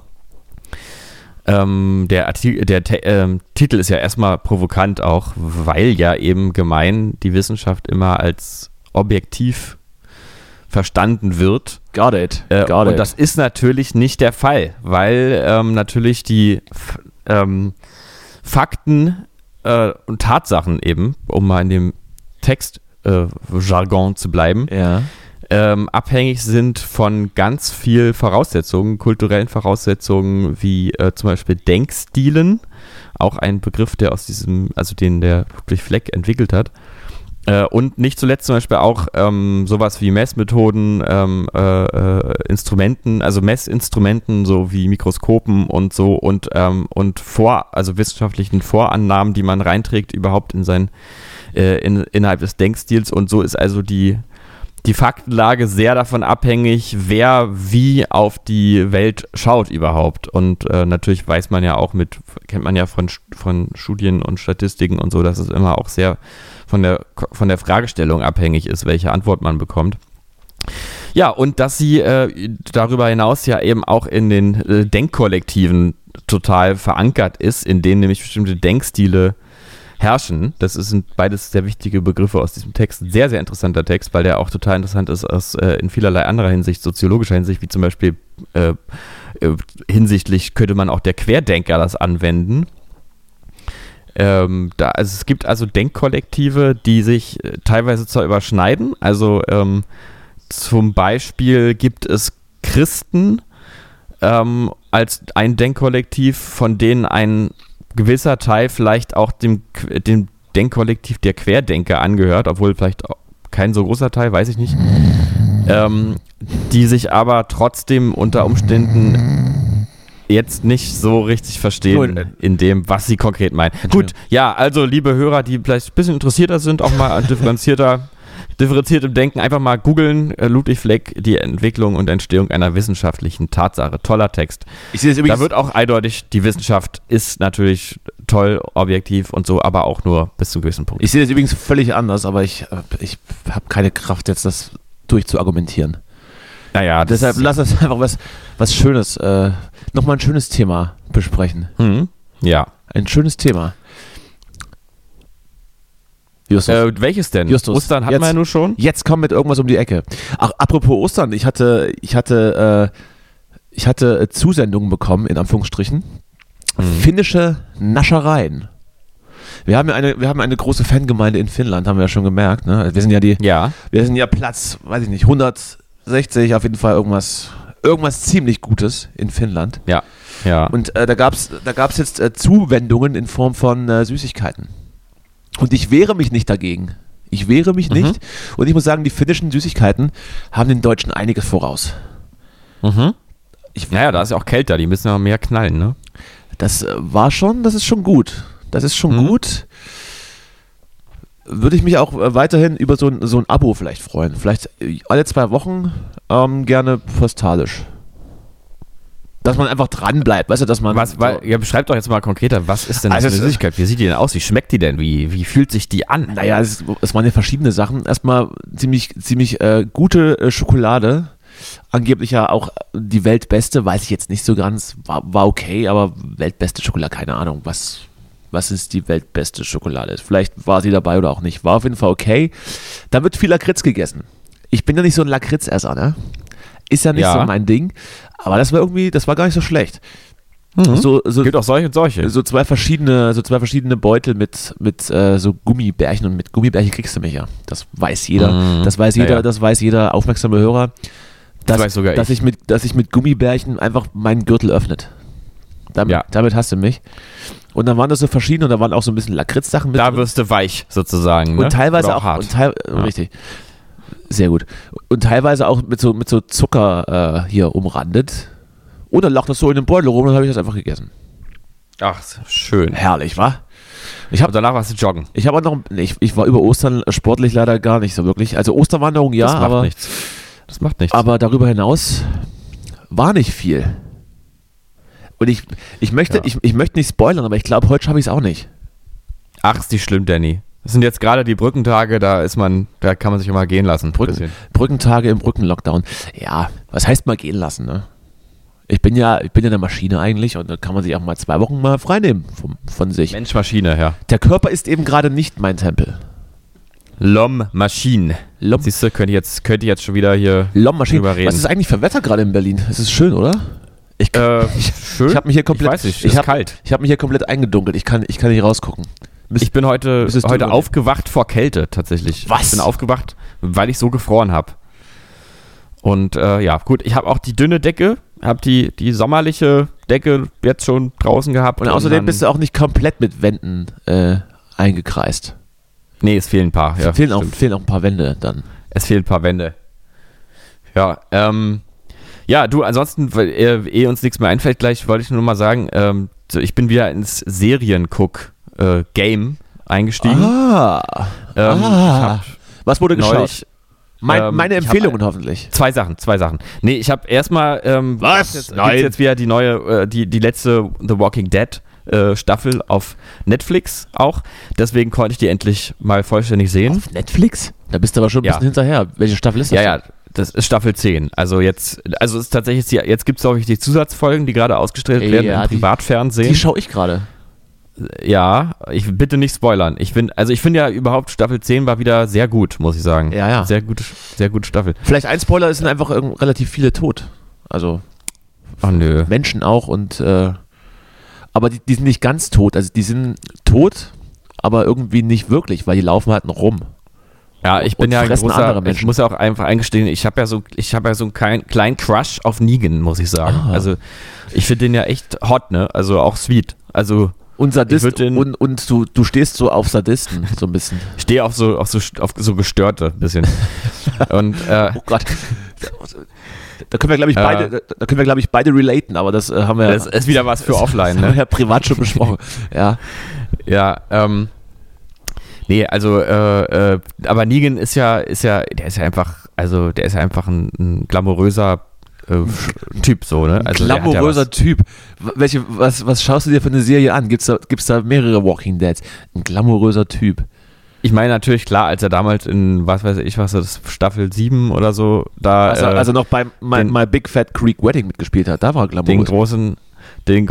Der Titel ist ja erstmal provokant auch, weil ja eben gemein die Wissenschaft immer als objektiv verstanden wird. Got it. Und das ist natürlich nicht der Fall, weil natürlich die Fakten und Tatsachen eben, um mal in dem Textjargon zu bleiben, ja. Abhängig sind von ganz viel Voraussetzungen, kulturellen Voraussetzungen, wie zum Beispiel Denkstilen, auch ein Begriff, der den der Ludwig Fleck entwickelt hat. Und nicht zuletzt zum Beispiel auch sowas wie Messmethoden, Instrumenten, also Messinstrumenten, so wie Mikroskopen und so und wissenschaftlichen Vorannahmen, die man reinträgt überhaupt in sein innerhalb des Denkstils und so ist also die Faktenlage sehr davon abhängig, wer wie auf die Welt schaut überhaupt. Und natürlich weiß man ja auch kennt man ja von Studien und Statistiken und so, dass es immer auch sehr von der Fragestellung abhängig ist, welche Antwort man bekommt. Ja, und dass sie darüber hinaus ja eben auch in den Denkkollektiven total verankert ist, in denen nämlich bestimmte Denkstile herrschen. Das sind beides sehr wichtige Begriffe aus diesem Text. Ein sehr, sehr interessanter Text, weil der auch total interessant ist in vielerlei anderer Hinsicht, soziologischer Hinsicht, wie zum Beispiel hinsichtlich könnte man auch der Querdenker das anwenden. Also es gibt also Denkkollektive, die sich teilweise zwar überschneiden. Also zum Beispiel gibt es Christen als ein Denkkollektiv, von denen ein gewisser Teil vielleicht auch dem Denkkollektiv der Querdenker angehört, obwohl vielleicht auch kein so großer Teil, weiß ich nicht, die sich aber trotzdem unter Umständen jetzt nicht so richtig verstehen in dem, was sie konkret meinen. Gut, ja, also liebe Hörer, die vielleicht ein bisschen interessierter sind, auch mal differenziert im Denken, einfach mal googeln, Ludwig Fleck, die Entwicklung und Entstehung einer wissenschaftlichen Tatsache. Toller Text. Ich sehe das übrigens, da wird auch eindeutig, die Wissenschaft ist natürlich toll, objektiv und so, aber auch nur bis zu einem gewissen Punkt. Ich sehe das übrigens völlig anders, aber ich habe keine Kraft, jetzt das durchzuargumentieren. Naja, deshalb lass uns einfach was Schönes, nochmal ein schönes Thema besprechen. Ja. Ein schönes Thema. Welches denn? Justus. Ostern hatten wir ja nur schon. Jetzt komm mit irgendwas um die Ecke. Ach, apropos Ostern, ich hatte Zusendungen bekommen, in Anführungsstrichen. Finnische Naschereien. Wir haben eine große Fangemeinde in Finnland, haben wir ja schon gemerkt. Ne? Wir sind ja Platz, weiß ich nicht, 160, auf jeden Fall irgendwas ziemlich Gutes in Finnland. Ja. Ja. Und da gab's jetzt Zuwendungen in Form von Süßigkeiten. Und ich wehre mich nicht dagegen. Ich wehre mich nicht. Und ich muss sagen, die finnischen Süßigkeiten haben den Deutschen einiges voraus. Naja, da ist ja auch kälter, die müssen ja mehr knallen, ne? Das ist schon gut. Das ist schon gut. Würde ich mich auch weiterhin über so ein Abo vielleicht freuen. Vielleicht alle 2 Wochen gerne postalisch. Dass man einfach dran bleibt, weißt du, dass man... beschreib doch jetzt mal konkreter, was ist denn das für eine Süßigkeit? Wie sieht die denn aus? Wie schmeckt die denn? Wie fühlt sich die an? Naja, es waren ja verschiedene Sachen. Erstmal ziemlich gute Schokolade. Angeblich ja auch die weltbeste, weiß ich jetzt nicht so ganz. War okay, aber weltbeste Schokolade, keine Ahnung. Was ist die weltbeste Schokolade? Vielleicht war sie dabei oder auch nicht. War auf jeden Fall okay. Da wird viel Lakritz gegessen. Ich bin ja nicht so ein Lakritzesser, ne? Ist ja nicht so mein Ding. Aber das war gar nicht so schlecht. Gibt auch solche und solche. So zwei verschiedene Beutel mit so Gummibärchen, und mit Gummibärchen kriegst du mich ja. Das weiß jeder. Das weiß jeder aufmerksame Hörer. Dass ich mit Gummibärchen einfach meinen Gürtel öffnet. Damit hast du mich. Und dann waren das so verschiedene und da waren auch so ein bisschen Lakritz-Sachen mit. Da wirst du weich sozusagen. Und teilweise oder auch hart. Richtig. Sehr gut. Und teilweise auch mit so Zucker hier umrandet. Oder lag das so in dem Beutel rum und dann habe ich das einfach gegessen. Ach, schön. Herrlich, wa? Und danach warst du joggen. Ich war über Ostern sportlich leider gar nicht so wirklich. Also Osterwanderung ja, aber nichts. Das macht nichts. Aber darüber hinaus war nicht viel. Und ich möchte nicht spoilern, aber ich glaube, heute schaffe ich es auch nicht. Ach, ist nicht schlimm, Danny. Das sind jetzt gerade die Brückentage, da kann man sich immer gehen lassen. Brückentage im Brückenlockdown. Ja, was heißt mal gehen lassen, ne? Ich bin ja eine Maschine eigentlich und da kann man sich auch mal 2 Wochen mal freinehmen von sich. Mensch, Maschine, ja. Der Körper ist eben gerade nicht mein Tempel. Maschine. Siehst du, könnte ich jetzt schon wieder hier drüber reden. Was ist eigentlich für Wetter gerade in Berlin? Es ist schön, oder? Schön? Ich habe mich hier komplett... Ich weiß nicht, ist kalt. Ich habe mich hier komplett eingedunkelt. Ich kann nicht rausgucken. Ich bin heute aufgewacht vor Kälte tatsächlich. Was? Ich bin aufgewacht, weil ich so gefroren habe. Und gut, ich habe auch die dünne Decke, habe die sommerliche Decke jetzt schon draußen gehabt. Und außerdem bist du auch nicht komplett mit Wänden eingekreist. Nee, es fehlen ein paar. Ja, fehlen auch ein paar Wände dann. Es fehlen ein paar Wände. Ja, du, ansonsten, weil uns nichts mehr einfällt gleich, wollte ich nur mal sagen, ich bin wieder ins Serienguck-Game eingestiegen. Was wurde geschaut? Neulich, Meine Empfehlungen hoffentlich. Zwei Sachen. Nee, ich habe erstmal Was? Nein. Gibt's jetzt wieder die neue, die letzte The Walking Dead Staffel auf Netflix auch. Deswegen konnte ich die endlich mal vollständig sehen. Auf Netflix? Da bist du aber schon ein bisschen hinterher. Welche Staffel ist das? Ja, das ist Staffel 10. Also es ist tatsächlich, jetzt gibt es, glaube ich, die Zusatzfolgen, die gerade ausgestrahlt werden im Privatfernsehen. Die schaue ich gerade. Ja, bitte nicht spoilern. Ich finde ja überhaupt Staffel 10 war wieder sehr gut, muss ich sagen. Ja. Sehr gute Staffel. Vielleicht ein Spoiler, es sind einfach relativ viele tot. Also nö. Menschen auch und aber die sind nicht ganz tot. Also die sind tot, aber irgendwie nicht wirklich, weil die laufen halt noch rum. Ja, ich bin ja ein großer, ich muss ja auch einfach eingestehen, ich habe ja so einen kleinen Crush auf Negan, muss ich sagen. Also ich finde den ja echt hot, ne? Also auch sweet. Also und Sadist und du stehst so auf Sadisten, so ein bisschen. Ich stehe auf so Gestörte, ein bisschen. Und, oh Gott. Da können wir, glaube ich, beide relaten, aber das haben wir Das ist wieder was für offline, ne? Haben wir ja privat schon besprochen. Ja. Ja, nee, also, aber Negan der ist ja einfach ein glamouröser Typ, so, ne? Also glamouröser Typ. Was schaust du dir für eine Serie an? Gibt's da mehrere Walking Deads? Ein glamouröser Typ. Ich meine natürlich, klar, als er damals in, was weiß ich, was das Staffel 7 oder so, da... Also noch bei My Big Fat Greek Wedding mitgespielt hat, da war er glamourös. Die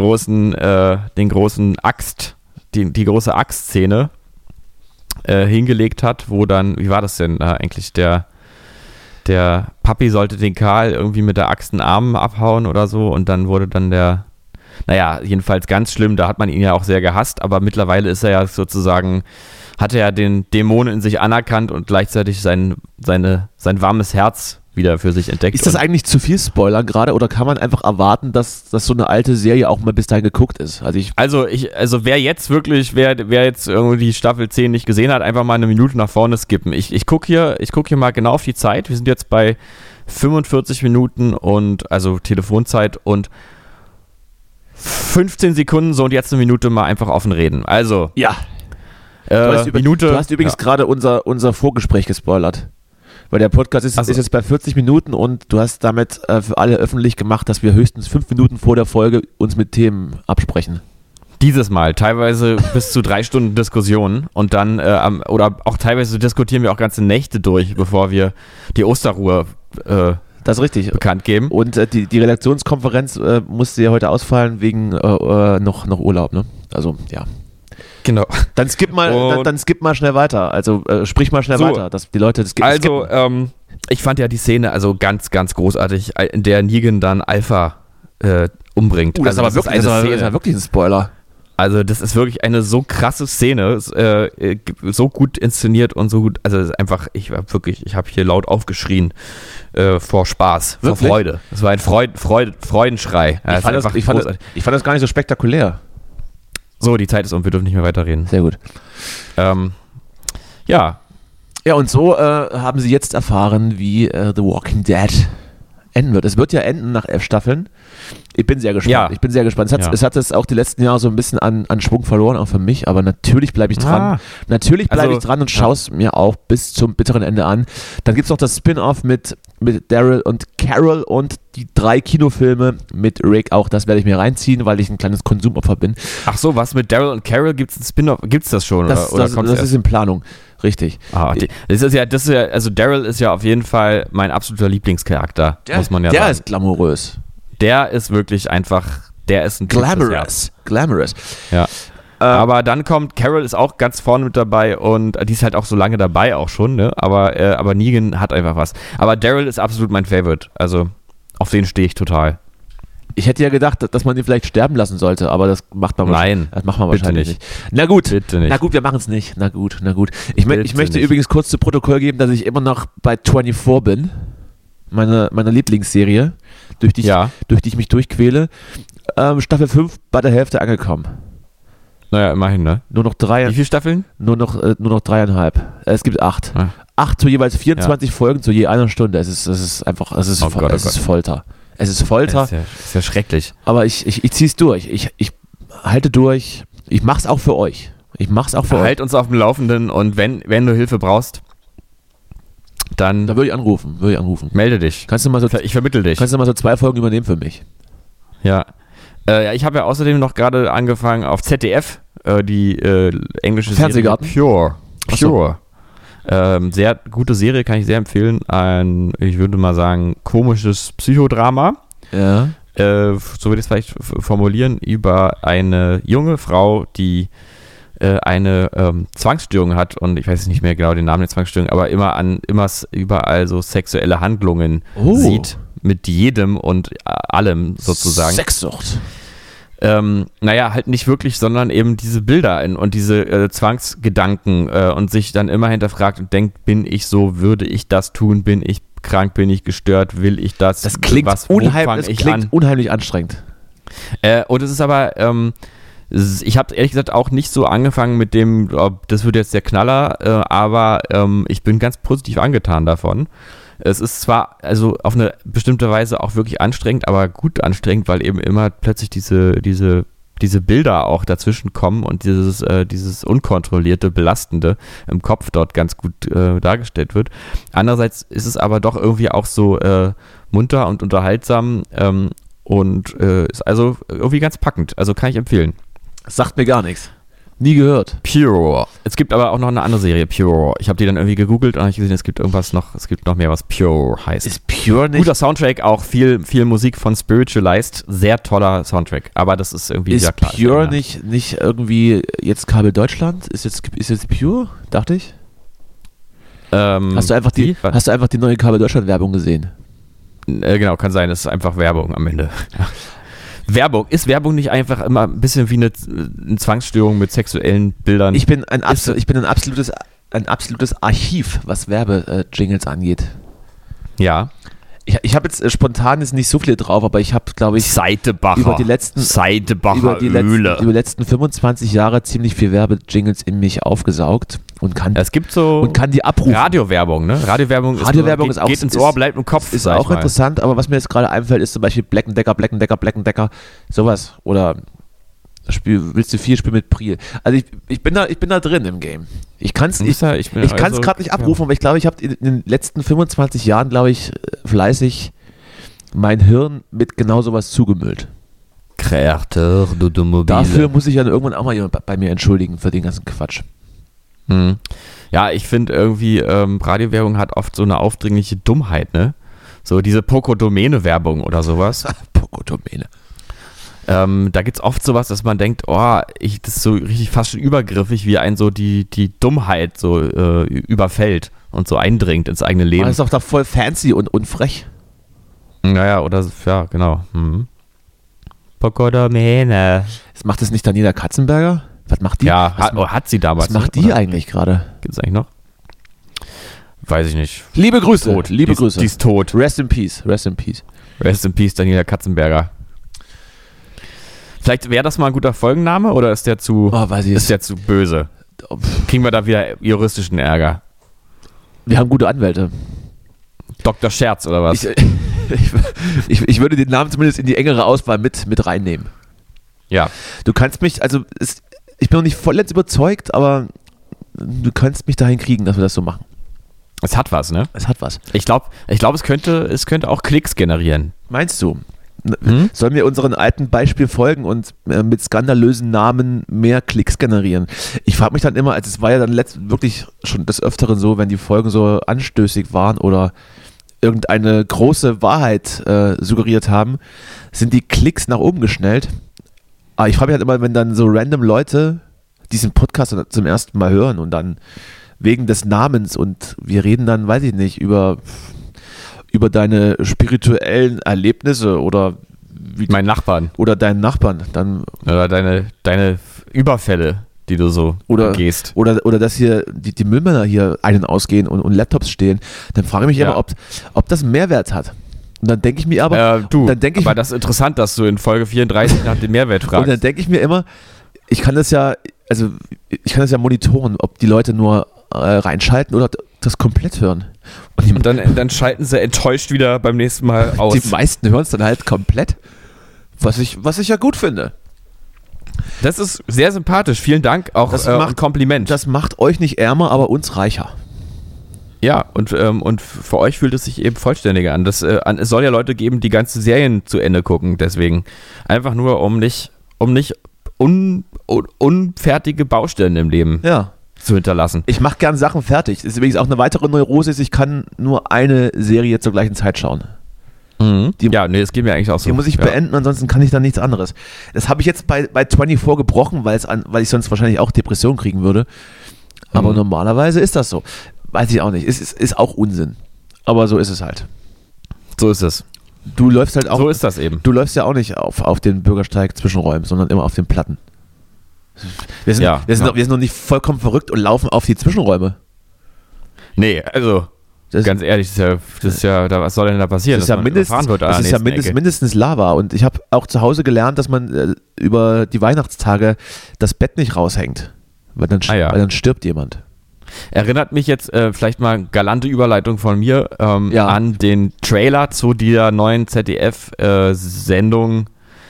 große Axtszene hingelegt hat, wo dann, wie war das denn eigentlich, der Papi sollte den Karl irgendwie mit der Axt den Arm abhauen oder so und dann wurde dann jedenfalls ganz schlimm, da hat man ihn ja auch sehr gehasst, aber mittlerweile ist er ja sozusagen, hat er ja den Dämon in sich anerkannt und gleichzeitig sein warmes Herz wieder für sich entdeckt. Ist das eigentlich zu viel Spoiler gerade oder kann man einfach erwarten, dass so eine alte Serie auch mal bis dahin geguckt ist? Also wer jetzt irgendwie die Staffel 10 nicht gesehen hat, einfach mal eine Minute nach vorne skippen. Ich gucke hier mal genau auf die Zeit. Wir sind jetzt bei 45 Minuten und also Telefonzeit und 15 Sekunden, so und jetzt eine Minute mal einfach offen reden. Also. Ja. Du hast übrigens gerade unser Vorgespräch gespoilert. Weil der Podcast ist jetzt bei 40 Minuten und du hast damit für alle öffentlich gemacht, dass wir höchstens 5 Minuten vor der Folge uns mit Themen absprechen. Dieses Mal, teilweise bis zu 3 Stunden Diskussion und dann, oder auch teilweise diskutieren wir auch ganze Nächte durch, bevor wir die Osterruhe das ist richtig. Bekannt geben. Und die Redaktionskonferenz musste ja heute ausfallen wegen noch Urlaub, ne? Also, ja. Genau. Dann skip mal schnell weiter. Also sprich mal schnell weiter, dass die Leute das skippen. Ich fand ja die Szene also ganz, ganz großartig, in der Negan dann Alpha umbringt. Das ist wirklich ein Spoiler. Also das ist wirklich eine so krasse Szene, so gut inszeniert und so gut, also das ist einfach, ich habe hier laut aufgeschrien vor Spaß, wirklich? Vor Freude. Es war ein Freudenschrei. Ja, ich fand das gar nicht so spektakulär. So, die Zeit ist um, wir dürfen nicht mehr weiterreden. Sehr gut. Ja. Ja, und so haben sie jetzt erfahren, wie The Walking Dead enden wird. Es wird ja enden nach 11 Staffeln. Ich bin sehr gespannt. Es hat es auch die letzten Jahre so ein bisschen an Schwung verloren, auch für mich, aber natürlich bleibe ich dran. Natürlich bleibe ich dran und schaue es mir auch bis zum bitteren Ende an. Dann gibt es noch das Spin-Off mit Daryl und Carol und die 3 Kinofilme mit Rick. Auch das werde ich mir reinziehen, weil ich ein kleines Konsumopfer bin. Ach so, was mit Daryl und Carol? Gibt es ein Spin-Off? Gibt es das schon? Das ist in Planung. Richtig. Also Daryl ist ja auf jeden Fall mein absoluter Lieblingscharakter, muss man ja sagen. Der ist glamourös. Der ist wirklich einfach, der ist ein Glamorous. Ja. Aber dann kommt, Carol ist auch ganz vorne mit dabei und die ist halt auch so lange dabei auch schon, ne? Aber Negan hat einfach was. Aber Daryl ist absolut mein Favorite, also auf den stehe ich total. Ich hätte ja gedacht, dass man ihn vielleicht sterben lassen sollte, aber das macht man wahrscheinlich nicht. Na gut, wir machen es nicht. Na gut. Ich möchte übrigens kurz zu Protokoll geben, dass ich immer noch bei 24 bin, meiner Lieblingsserie, durch die ich mich durchquäle. Staffel 5 bei der Hälfte angekommen. Naja, immerhin, ne? Nur noch 3. Wie viele Staffeln? Nur noch 3,5. Es gibt 8. 8 zu jeweils 24 Folgen, zu je einer Stunde. Es ist Folter. Es ist Folter. Ist ja schrecklich. Aber ich zieh's durch. Ich halte durch. Ich mach's auch für euch. Ich mach's auch für euch. Halt uns auf dem Laufenden und wenn du Hilfe brauchst, dann Da würde ich anrufen. melde dich. Ich vermittel dich. Kannst du mal so 2 Folgen übernehmen für mich? Ja. Ich habe ja außerdem noch gerade angefangen auf ZDF, die englische Fernsehgarten? Serie Ach so. Sehr gute Serie, kann ich sehr empfehlen. Ich würde mal sagen, komisches Psychodrama. Ja. So würde ich es vielleicht formulieren, über eine junge Frau, die eine Zwangsstörung hat, und ich weiß nicht mehr genau den Namen der Zwangsstörung, aber überall so sexuelle Handlungen sieht, mit jedem und allem sozusagen. Sexsucht. Halt nicht wirklich, sondern eben diese Bilder und diese Zwangsgedanken und sich dann immer hinterfragt und denkt, bin ich so, würde ich das tun, bin ich krank, bin ich gestört, will ich das? Das klingt unheimlich anstrengend. Und es ist aber, ich habe ehrlich gesagt auch nicht so angefangen mit dem, das wird jetzt der Knaller, aber ich bin ganz positiv angetan davon. Es ist zwar also auf eine bestimmte Weise auch wirklich anstrengend, aber gut anstrengend, weil eben immer plötzlich diese Bilder auch dazwischen kommen und dieses unkontrollierte, belastende im Kopf dort ganz gut dargestellt wird. Andererseits ist es aber doch irgendwie auch so munter und unterhaltsam und ist also irgendwie ganz packend. Also kann ich empfehlen. Sagt mir gar nichts. Nie gehört. Pure. Es gibt aber auch noch eine andere Serie, Pure. Ich habe die dann irgendwie gegoogelt und habe gesehen, es gibt noch mehr, was Pure heißt. Ist Pure nicht? Guter Soundtrack, auch viel Musik von Spiritualized. Sehr toller Soundtrack. Aber das ist irgendwie ist sehr klar. Pure nicht irgendwie jetzt Kabel Deutschland? Ist jetzt Pure? Dachte ich. Hast du einfach die neue Kabel Deutschland Werbung gesehen? Genau, kann sein. Es ist einfach Werbung am Ende. Ist Werbung nicht einfach immer ein bisschen wie eine Zwangsstörung mit sexuellen Bildern? Ich bin ein absolutes Archiv, was Werbejingles angeht. Ja. Ich habe jetzt spontan nicht so viele drauf, aber ich habe, glaube ich, Seidebacher über die letzten 25 Jahre ziemlich viel Werbejingles in mich aufgesaugt und kann die abrufen. Radiowerbung, ne? Radiowerbung ist auch, geht ins Ohr, bleibt im Kopf. Ist auch interessant, aber was mir jetzt gerade einfällt, ist zum Beispiel Black & Decker, sowas. Oder willst du 4 spielen mit Priel? Also ich bin da drin im Game. Ich kann es gerade nicht abrufen, aber ich glaube, ich habe in den letzten 25 Jahren, glaube ich, fleißig mein Hirn mit genau sowas zugemüllt. Kreateur d'automobile. Dafür muss ich dann irgendwann auch mal jemand bei mir entschuldigen für den ganzen Quatsch. Ja, ich finde irgendwie, Radiowerbung hat oft so eine aufdringliche Dummheit, ne? So diese Poco-Domäne-Werbung oder sowas. Poco-Domäne. Da gibt es oft sowas, dass man denkt, das ist so richtig fast schon übergriffig, wie einen so die Dummheit so überfällt und so eindringt ins eigene Leben. Das ist doch da voll fancy und frech. Naja, ja, genau. Poco-Domäne. Macht das nicht Daniela Katzenberger? Was macht die? Ja, hat sie damals. Was macht die eigentlich gerade? Gibt es eigentlich noch? Weiß ich nicht. Liebe Grüße. Grüße. Die ist tot. Rest in peace. Rest in peace, Daniela Katzenberger. Vielleicht wäre das mal ein guter Folgenname oder ist der zu böse? Kriegen wir da wieder juristischen Ärger? Wir haben gute Anwälte. Dr. Scherz oder was? Ich würde den Namen zumindest in die engere Auswahl mit reinnehmen. Ja. Du kannst mich, ich bin noch nicht vollends überzeugt, aber du kannst mich dahin kriegen, dass wir das so machen. Es hat was, ne? Es hat was. Ich glaube, es könnte auch Klicks generieren. Meinst du? Sollen wir unseren alten Beispiel folgen und mit skandalösen Namen mehr Klicks generieren? Ich frage mich dann immer, es war ja dann wirklich schon des Öfteren so, wenn die Folgen so anstößig waren oder irgendeine große Wahrheit suggeriert haben, sind die Klicks nach oben geschnellt. Aber ich frage mich halt immer, wenn dann so random Leute diesen Podcast zum ersten Mal hören und dann wegen des Namens und wir reden dann, weiß ich nicht, über deine spirituellen Erlebnisse oder meinen Nachbarn. Oder deinen Nachbarn. Dann oder deine Überfälle, die du so gehst. Oder dass hier die Müllmänner hier einen ausgehen und Laptops stehen. Dann frage ich mich immer, ob das einen Mehrwert hat. Und dann denke ich mir aber... aber das ist interessant, dass du in Folge 34 nach dem Mehrwert fragst. Und dann denke ich mir immer, ich kann das ja monitoren, ob die Leute nur reinschalten oder das komplett hören. Und dann schalten sie enttäuscht wieder beim nächsten Mal aus. Die meisten hören es dann halt komplett, was ich ja gut finde. Das ist sehr sympathisch. Vielen Dank. Auch ein Kompliment. Das macht euch nicht ärmer, aber uns reicher. Ja, und für euch fühlt es sich eben vollständiger an. Es soll ja Leute geben, die ganze Serien zu Ende gucken. Deswegen einfach nur, um nicht unfertige Baustellen im Leben zu hinterlassen. Ich mache gern Sachen fertig. Das ist übrigens auch eine weitere Neurose, ich kann nur eine Serie zur gleichen Zeit schauen. Mhm. Das geht mir eigentlich auch so. Die muss ich beenden, ansonsten kann ich dann nichts anderes. Das habe ich jetzt bei 24 gebrochen, weil ich sonst wahrscheinlich auch Depression kriegen würde. Aber normalerweise ist das so. Weiß ich auch nicht. Ist auch Unsinn. Aber so ist es halt. So ist es. Du läufst halt auch. So ist das eben. Du läufst ja auch nicht auf den Bürgersteig Zwischenräumen, sondern immer auf den Platten. Wir sind noch nicht vollkommen verrückt und laufen auf die Zwischenräume. Nee, also ganz ehrlich, was soll denn da passieren? Das ist ja mindestens Lava. Und ich habe auch zu Hause gelernt, dass man über die Weihnachtstage das Bett nicht raushängt. Weil dann stirbt jemand. Erinnert mich jetzt vielleicht mal galante Überleitung von mir an den Trailer zu dieser neuen ZDF-Sendung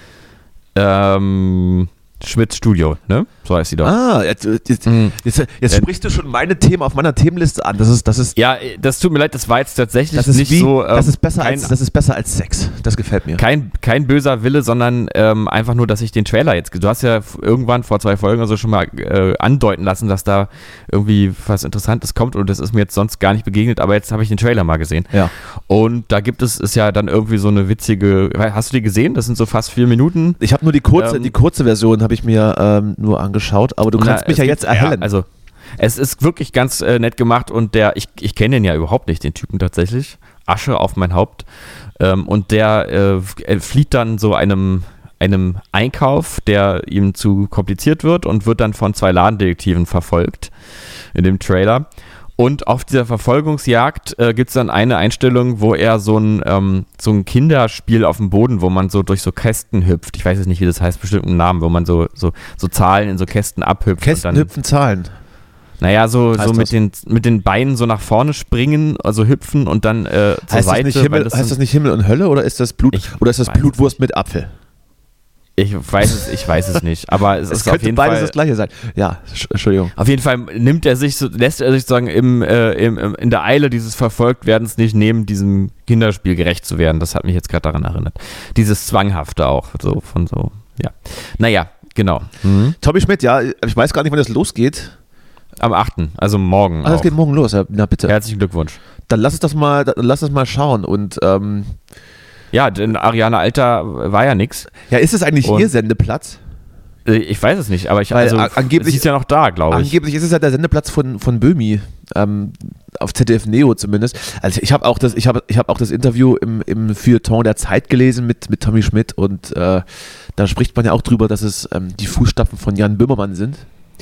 Schmitz Studio, ne? So heißt sie doch. Jetzt sprichst du schon meine Themen auf meiner Themenliste an. Das ist ja, das tut mir leid, das war jetzt tatsächlich das ist nicht wie, so. Das ist besser als Sex. Das gefällt mir. Kein böser Wille, sondern einfach nur, dass ich den Trailer jetzt. Du hast ja irgendwann vor 2 Folgen oder so schon mal andeuten lassen, dass da irgendwie was Interessantes kommt und das ist mir jetzt sonst gar nicht begegnet, aber jetzt habe ich den Trailer mal gesehen. Ja. Und da ist ja dann irgendwie so eine witzige. Hast du die gesehen? Das sind so fast 4 Minuten. Ich habe nur die kurze Version habe ich mir nur angeschaut, aber du kannst mich ja jetzt erhellen. Ja, also es ist wirklich ganz nett gemacht und ich kenne den ja überhaupt nicht, den Typen tatsächlich. Asche auf mein Haupt. Und der flieht dann so einem Einkauf, der ihm zu kompliziert wird und wird dann von 2 Ladendetektiven verfolgt in dem Trailer. Und auf dieser Verfolgungsjagd gibt es dann eine Einstellung, wo er so ein Kinderspiel auf dem Boden, wo man so durch so Kästen hüpft. Ich weiß jetzt nicht, wie das heißt, bestimmt einen Namen, wo man so Zahlen in so Kästen abhüpft. Kästen hüpfen Zahlen. Naja, so mit den Beinen so nach vorne springen, also hüpfen und dann zur Seite. Heißt das nicht Himmel und Hölle oder ist das Blutwurst mit Apfel? Ich weiß es nicht, aber es ist auf jeden Fall. Beides das gleiche sein. Ja, Entschuldigung. Auf jeden Fall lässt er sich sozusagen in der Eile dieses Verfolgtwerdens nicht nehmen, diesem Kinderspiel gerecht zu werden. Das hat mich jetzt gerade daran erinnert. Dieses Zwanghafte auch, ja. Naja, genau. Tommy Schmidt, ja, ich weiß gar nicht, wann das losgeht. Am 8., also morgen. Das geht morgen los, ja, na bitte. Herzlichen Glückwunsch. Dann lass uns das mal schauen und ja, denn Ariane Alter war ja nix. Ja, ist es eigentlich ihr Sendeplatz? Ich weiß es nicht, aber angeblich es ist ja noch da, glaube ich. Angeblich ist es ja der Sendeplatz von Böhmi, auf ZDF Neo zumindest. Also ich habe auch das Interview im Feuilleton der Zeit gelesen mit Tommy Schmidt und da spricht man ja auch drüber, dass es die Fußstapfen von Jan Böhmermann sind.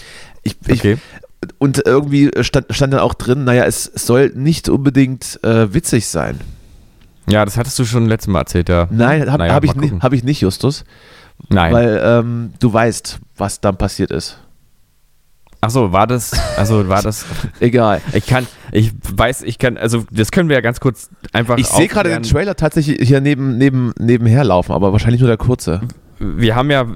Und irgendwie stand dann auch drin, naja, es soll nicht unbedingt witzig sein. Ja, das hattest du schon letztes Mal erzählt, ja. Nein, hab ich nicht, Justus. Nein. Weil du weißt, was dann passiert ist. Ach so, war das? Egal. Also das können wir ja ganz kurz einfach. Ich sehe gerade den Trailer tatsächlich hier nebenher laufen, aber wahrscheinlich nur der kurze. Wir haben ja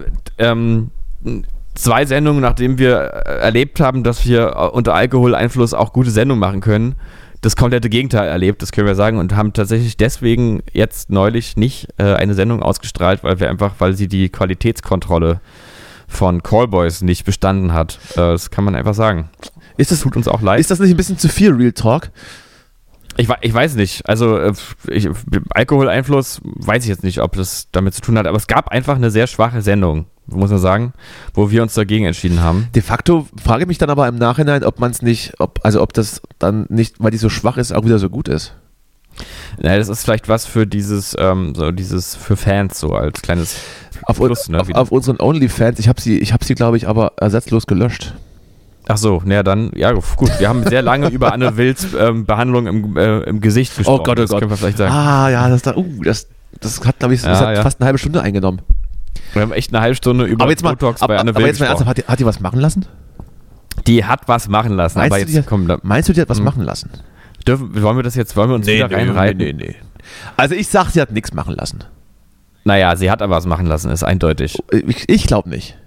2 Sendungen, nachdem wir erlebt haben, dass wir unter Alkoholeinfluss auch gute Sendungen machen können, das komplette Gegenteil erlebt, das können wir sagen, und haben tatsächlich deswegen jetzt neulich nicht eine Sendung ausgestrahlt, weil sie die Qualitätskontrolle von Callboys nicht bestanden hat. Das kann man einfach sagen. Tut uns auch leid. Ist das nicht ein bisschen zu viel Real Talk? Ich weiß nicht. Also Alkoholeinfluss weiß ich jetzt nicht, ob das damit zu tun hat, aber es gab einfach eine sehr schwache Sendung, muss man sagen, wo wir uns dagegen entschieden haben. De facto frage ich mich dann aber im Nachhinein, ob das dann nicht, weil die so schwach ist, auch wieder so gut ist. Naja, das ist vielleicht was für dieses für Fans, so als kleines Plus, ne? Auf unseren OnlyFans, ich hab sie glaube ich, aber ersatzlos gelöscht. Ach so, naja, dann, ja gut, wir haben sehr lange über Anne Wills Behandlung im Gesicht gesprochen. Oh Gott, das können wir vielleicht sagen. Ah, ja, das hat, glaube ich, fast eine halbe Stunde eingenommen. Wir haben echt eine halbe Stunde über Botox bei Anne Will gesprochen. Aber jetzt mal, hat die was machen lassen? Die hat was machen lassen. Meinst du, die hat was machen lassen? Wollen wir uns wieder reinreiten? Nee. Also ich sag, sie hat nichts machen lassen. Naja, sie hat aber was machen lassen, ist eindeutig. Ich glaube nicht.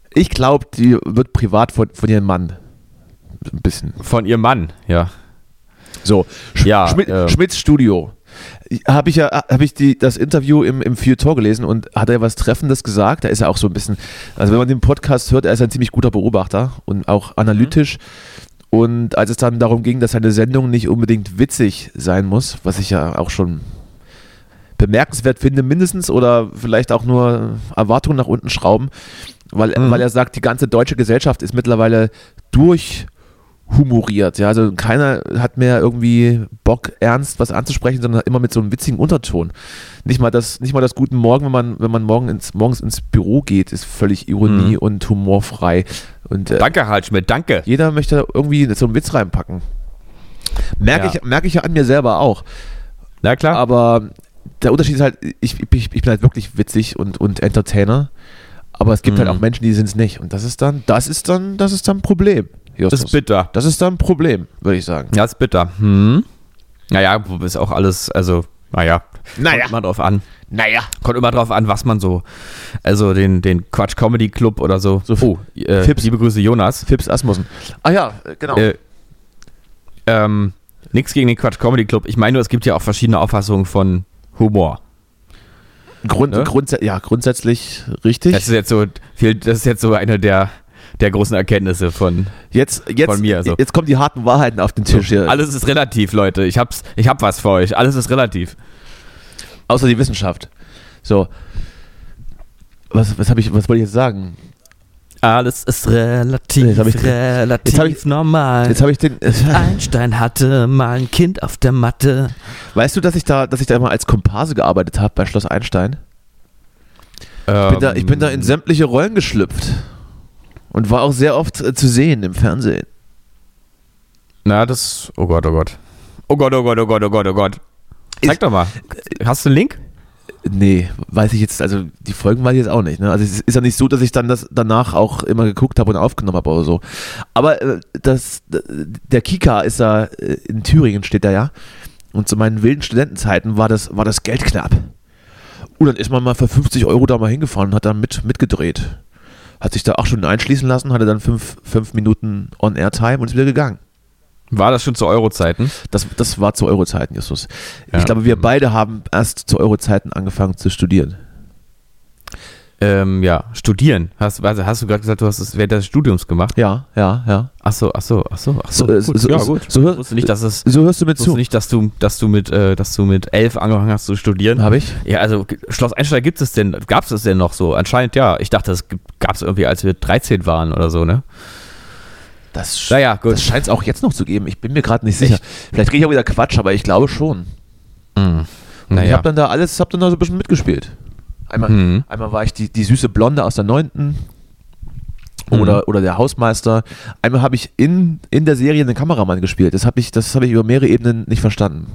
Ich glaube, die wird privat von ihrem Mann. Ein bisschen. Von ihrem Mann, ja. So, Schmidts Studio. Habe ich das Interview im Feuilleton gelesen und hat er was Treffendes gesagt. Da ist er auch so ein bisschen, also wenn man den Podcast hört, er ist ein ziemlich guter Beobachter und auch analytisch. Und als es dann darum ging, dass seine Sendung nicht unbedingt witzig sein muss, was ich ja auch schon bemerkenswert finde, mindestens, oder vielleicht auch nur Erwartungen nach unten schrauben, weil er sagt, die ganze deutsche Gesellschaft ist mittlerweile durchhumoriert. Ja? Also keiner hat mehr irgendwie Bock, ernst was anzusprechen, sondern immer mit so einem witzigen Unterton. Nicht mal das Guten Morgen, wenn man morgens ins Büro geht, ist völlig Ironie und humorfrei. Und, danke, Harald Schmidt, danke. Jeder möchte irgendwie so einen Witz reinpacken. Merke ich ja an mir selber auch. Na klar. Aber der Unterschied ist halt, ich bin halt wirklich witzig und Entertainer. Aber es gibt halt auch Menschen, die sind es nicht. Und das ist dann ein Problem. Das ist bitter. Das ist dann ein Problem, würde ich sagen. Ja, ist bitter. Naja, ist auch alles, also, naja. Kommt immer drauf an. Kommt immer drauf an, was man so, also den Quatsch Comedy Club oder so. Liebe Grüße, Jonas. Fips Asmussen. Ah ja, genau. Nichts gegen den Quatsch Comedy Club. Ich meine nur, es gibt ja auch verschiedene Auffassungen von Humor. Grundsätzlich richtig. Das ist jetzt so eine der großen Erkenntnisse von mir. Also. Jetzt kommen die harten Wahrheiten auf den Tisch hier. Alles ist relativ, Leute. Ich hab was für euch. Alles ist relativ. Außer die Wissenschaft. So. Was wollte ich jetzt sagen? Alles ist relativ normal. Jetzt habe ich den. Einstein hatte mal ein Kind auf der Matte. Weißt du, dass ich da immer als Komparse gearbeitet habe bei Schloss Einstein? Ich bin da in sämtliche Rollen geschlüpft. Und war auch sehr oft zu sehen im Fernsehen. Na, oh Gott. Oh Gott. Zeig doch mal. Hast du einen Link? Nee, weiß ich jetzt, also die Folgen weiß ich jetzt auch nicht. Ne? Also es ist ja nicht so, dass ich dann das danach auch immer geguckt habe und aufgenommen habe oder so. Aber der Kika ist da, in Thüringen steht der ja. Und zu meinen wilden Studentenzeiten war das Geld knapp. Und dann ist man mal für 50 € da mal hingefahren und hat dann mitgedreht. Hat sich da auch schon einschließen lassen, hatte dann 5 Minuten On-Air-Time und ist wieder gegangen. War das schon zu Euro-Zeiten? Das war zu Euro-Zeiten, Justus. Ja. Ich glaube, wir beide haben erst zu Euro-Zeiten angefangen zu studieren. Ja, studieren. Hast du gerade gesagt, du hast es während des Studiums gemacht? Ja. Ach so. Gut. Ja, gut. So hörst du mir zu. Nicht, dass du mit 11 angefangen hast zu studieren. Habe ich? Ja, also Schloss Einstein gab es denn noch so? Anscheinend ja. Ich dachte, das gab es irgendwie, als wir 13 waren oder so, ne? Das scheint es auch jetzt noch zu geben. Ich bin mir gerade nicht sicher. Vielleicht kriege ich auch wieder Quatsch, aber ich glaube schon. Ich habe dann da so ein bisschen mitgespielt. Einmal war ich die süße Blonde aus der 9. Oder der Hausmeister. Einmal habe ich in der Serie einen Kameramann gespielt. Das habe ich über mehrere Ebenen nicht verstanden.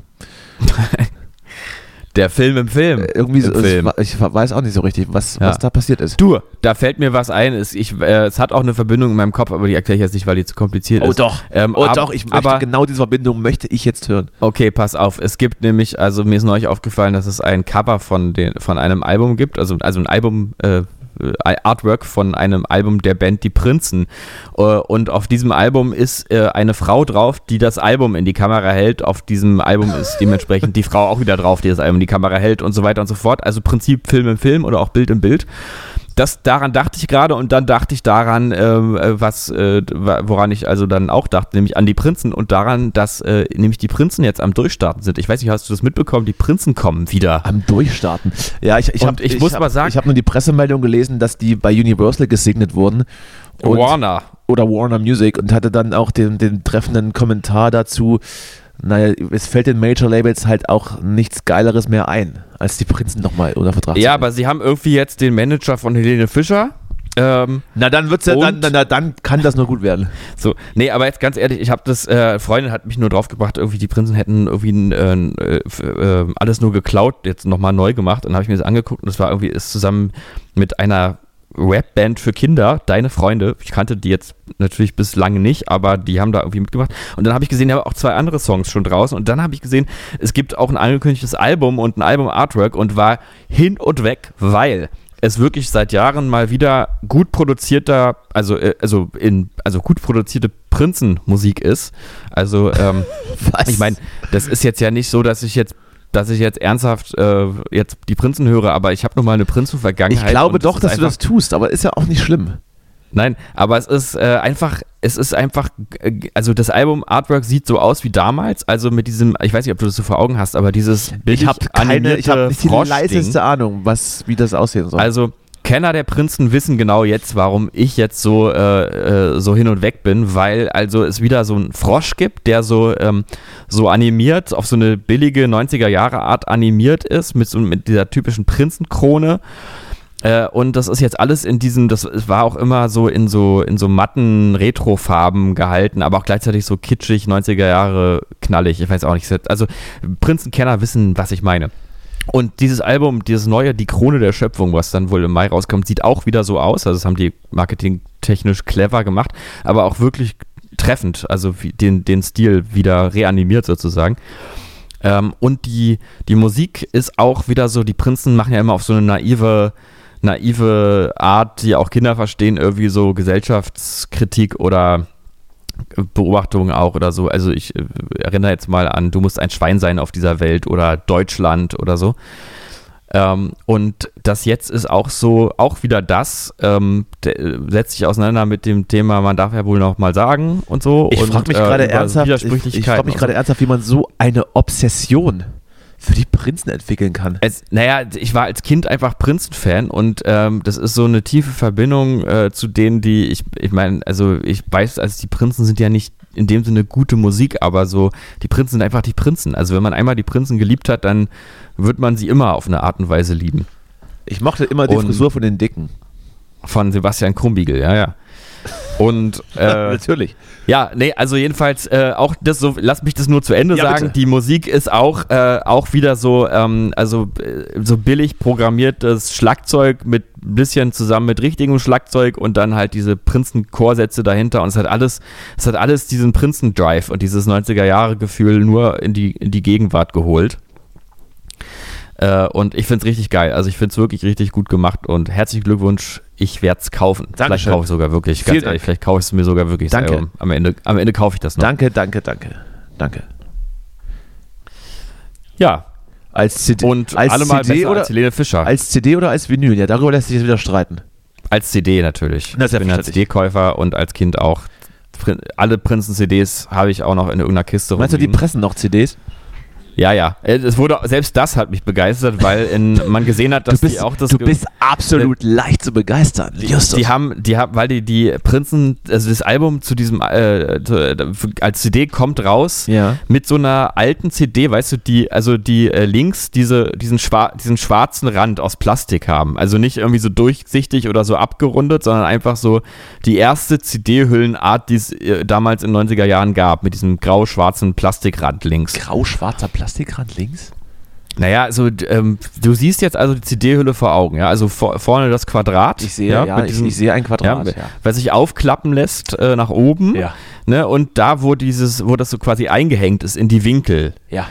Der Film im Film. Irgendwie so, ich weiß auch nicht so richtig, was da passiert ist. Du, da fällt mir was ein. Es hat auch eine Verbindung in meinem Kopf, aber die erkläre ich jetzt nicht, weil die zu kompliziert ist. Doch, genau diese Verbindung möchte ich jetzt hören. Okay, pass auf. Es gibt nämlich, also mir ist neulich aufgefallen, dass es ein Cover von einem Album gibt, also ein Album, Artwork von einem Album der Band Die Prinzen. Und auf diesem Album ist eine Frau drauf, die das Album in die Kamera hält. Auf diesem Album ist dementsprechend die Frau auch wieder drauf, die das Album in die Kamera hält und so weiter und so fort. Also Prinzip Film im Film oder auch Bild im Bild. Daran dachte ich gerade und dann dachte ich daran, woran ich also dann auch dachte, nämlich an die Prinzen und daran, dass nämlich die Prinzen jetzt am Durchstarten sind. Ich weiß nicht, hast du das mitbekommen? Die Prinzen kommen wieder. Am Durchstarten? Ja, ich habe nur die Pressemeldung gelesen, dass die bei Universal gesignet wurden. Warner Music und hatte dann auch den treffenden Kommentar dazu, naja, es fällt den Major-Labels halt auch nichts Geileres mehr ein, als die Prinzen nochmal unter Vertrag zu Ja, aber sie haben irgendwie jetzt den Manager von Helene Fischer. Dann kann das nur gut werden. So, nee, aber jetzt ganz ehrlich, ich habe das, Freundin hat mich nur draufgebracht, irgendwie die Prinzen hätten irgendwie alles nur geklaut, jetzt nochmal neu gemacht und dann habe ich mir das angeguckt und das war irgendwie, ist zusammen mit einer Rapband für Kinder, Deine Freunde. Ich kannte die jetzt natürlich bislang nicht, aber die haben da irgendwie mitgemacht. Und dann habe ich gesehen, die haben auch 2 andere Songs schon draußen. Und dann habe ich gesehen, es gibt auch ein angekündigtes Album und ein Album-Artwork und war hin und weg, weil es wirklich seit Jahren mal wieder gut produzierter, also gut produzierte Prinzenmusik ist. Also, ich meine, das ist jetzt ja nicht so, dass ich jetzt ernsthaft jetzt die Prinzen höre, aber ich habe noch mal eine Prinzen-Vergangenheit. Ich glaube doch, dass du das tust, aber ist ja auch nicht schlimm. Nein, aber es ist einfach, also das Album-Artwork sieht so aus wie damals, also mit diesem, ich weiß nicht, ob du das so vor Augen hast, aber dieses ich habe nicht die leiseste Ahnung, wie das aussehen soll. Also Kenner der Prinzen wissen genau jetzt, warum ich jetzt so hin und weg bin, weil also es wieder so einen Frosch gibt, der so animiert, auf so eine billige 90er-Jahre-Art animiert ist, mit dieser typischen Prinzenkrone. Und das ist jetzt alles das war auch immer so in so matten Retro-Farben gehalten, aber auch gleichzeitig so kitschig, 90er Jahre knallig, ich weiß auch nicht. Also Prinzenkenner wissen, was ich meine. Und dieses Album, dieses neue, Die Krone der Schöpfung, was dann wohl im Mai rauskommt, sieht auch wieder so aus. Also das haben die marketingtechnisch clever gemacht, aber auch wirklich treffend, also den Stil wieder reanimiert sozusagen. Und die Musik ist auch wieder so, die Prinzen machen ja immer auf so eine naive Art, die auch Kinder verstehen, irgendwie so Gesellschaftskritik oder Beobachtungen auch oder so. Also ich erinnere jetzt mal an Du musst ein Schwein sein auf dieser Welt oder Deutschland oder so. Und das jetzt ist auch so, auch wieder das, setzt sich auseinander mit dem Thema, man darf ja wohl noch mal sagen und so. Ich frage mich gerade ernsthaft, wie man so eine Obsession für die Prinzen entwickeln kann. Ich war als Kind einfach Prinzen-Fan und das ist so eine tiefe Verbindung zu denen, die ich meine, also ich weiß, also die Prinzen sind ja nicht in dem Sinne gute Musik, aber so, die Prinzen sind einfach die Prinzen. Also wenn man einmal die Prinzen geliebt hat, dann wird man sie immer auf eine Art und Weise lieben. Ich mochte immer die Frisur von den Dicken. Von Sebastian Krumbiegel, ja. Und natürlich. Ja, nee, also jedenfalls auch das so, lass mich das nur zu Ende sagen. Bitte. Die Musik ist auch wieder so, so billig programmiertes Schlagzeug mit ein bisschen zusammen mit richtigem Schlagzeug und dann halt diese Prinzen-Chorsätze dahinter und es hat alles diesen Prinzen-Drive und dieses 90er-Jahre-Gefühl nur in die Gegenwart geholt. Und ich finde es richtig geil. Also ich finde es wirklich richtig gut gemacht und herzlichen Glückwunsch. Ich werde es kaufen. Dankeschön. Vielleicht kaufe ich es sogar wirklich. Ganz ehrlich, vielleicht kaufe ich es mir sogar wirklich. Danke. Am Ende kaufe ich das noch. Danke. Ja. Als CD, und als allemal CD besser oder als Helene Fischer. Als CD oder als Vinyl? Ja, darüber lässt sich jetzt wieder streiten. Als CD natürlich. Ich bin als CD-Käufer und als Kind auch. Alle Prinzen-CDs habe ich auch noch in irgendeiner Kiste. Meinst du, die pressen noch CDs? Ja. Selbst das hat mich begeistert, weil man gesehen hat, dass die auch das... Du bist absolut leicht zu begeistern, Justus. Weil die Prinzen, also das Album zu diesem, als CD kommt raus, mit so einer alten CD, weißt du, die links diesen schwarzen Rand aus Plastik haben. Also nicht irgendwie so durchsichtig oder so abgerundet, sondern einfach so die erste CD-Hüllenart, die es damals in den 90er Jahren gab, mit diesem grau-schwarzen Plastikrand links. Grau-schwarzer Plastikrand links? Naja, also du siehst jetzt also die CD-Hülle vor Augen, ja, also vorne das Quadrat. Ich sehe, ich sehe ein Quadrat, was sich aufklappen lässt nach oben, ne, und da, wo das so quasi eingehängt ist in die Winkel,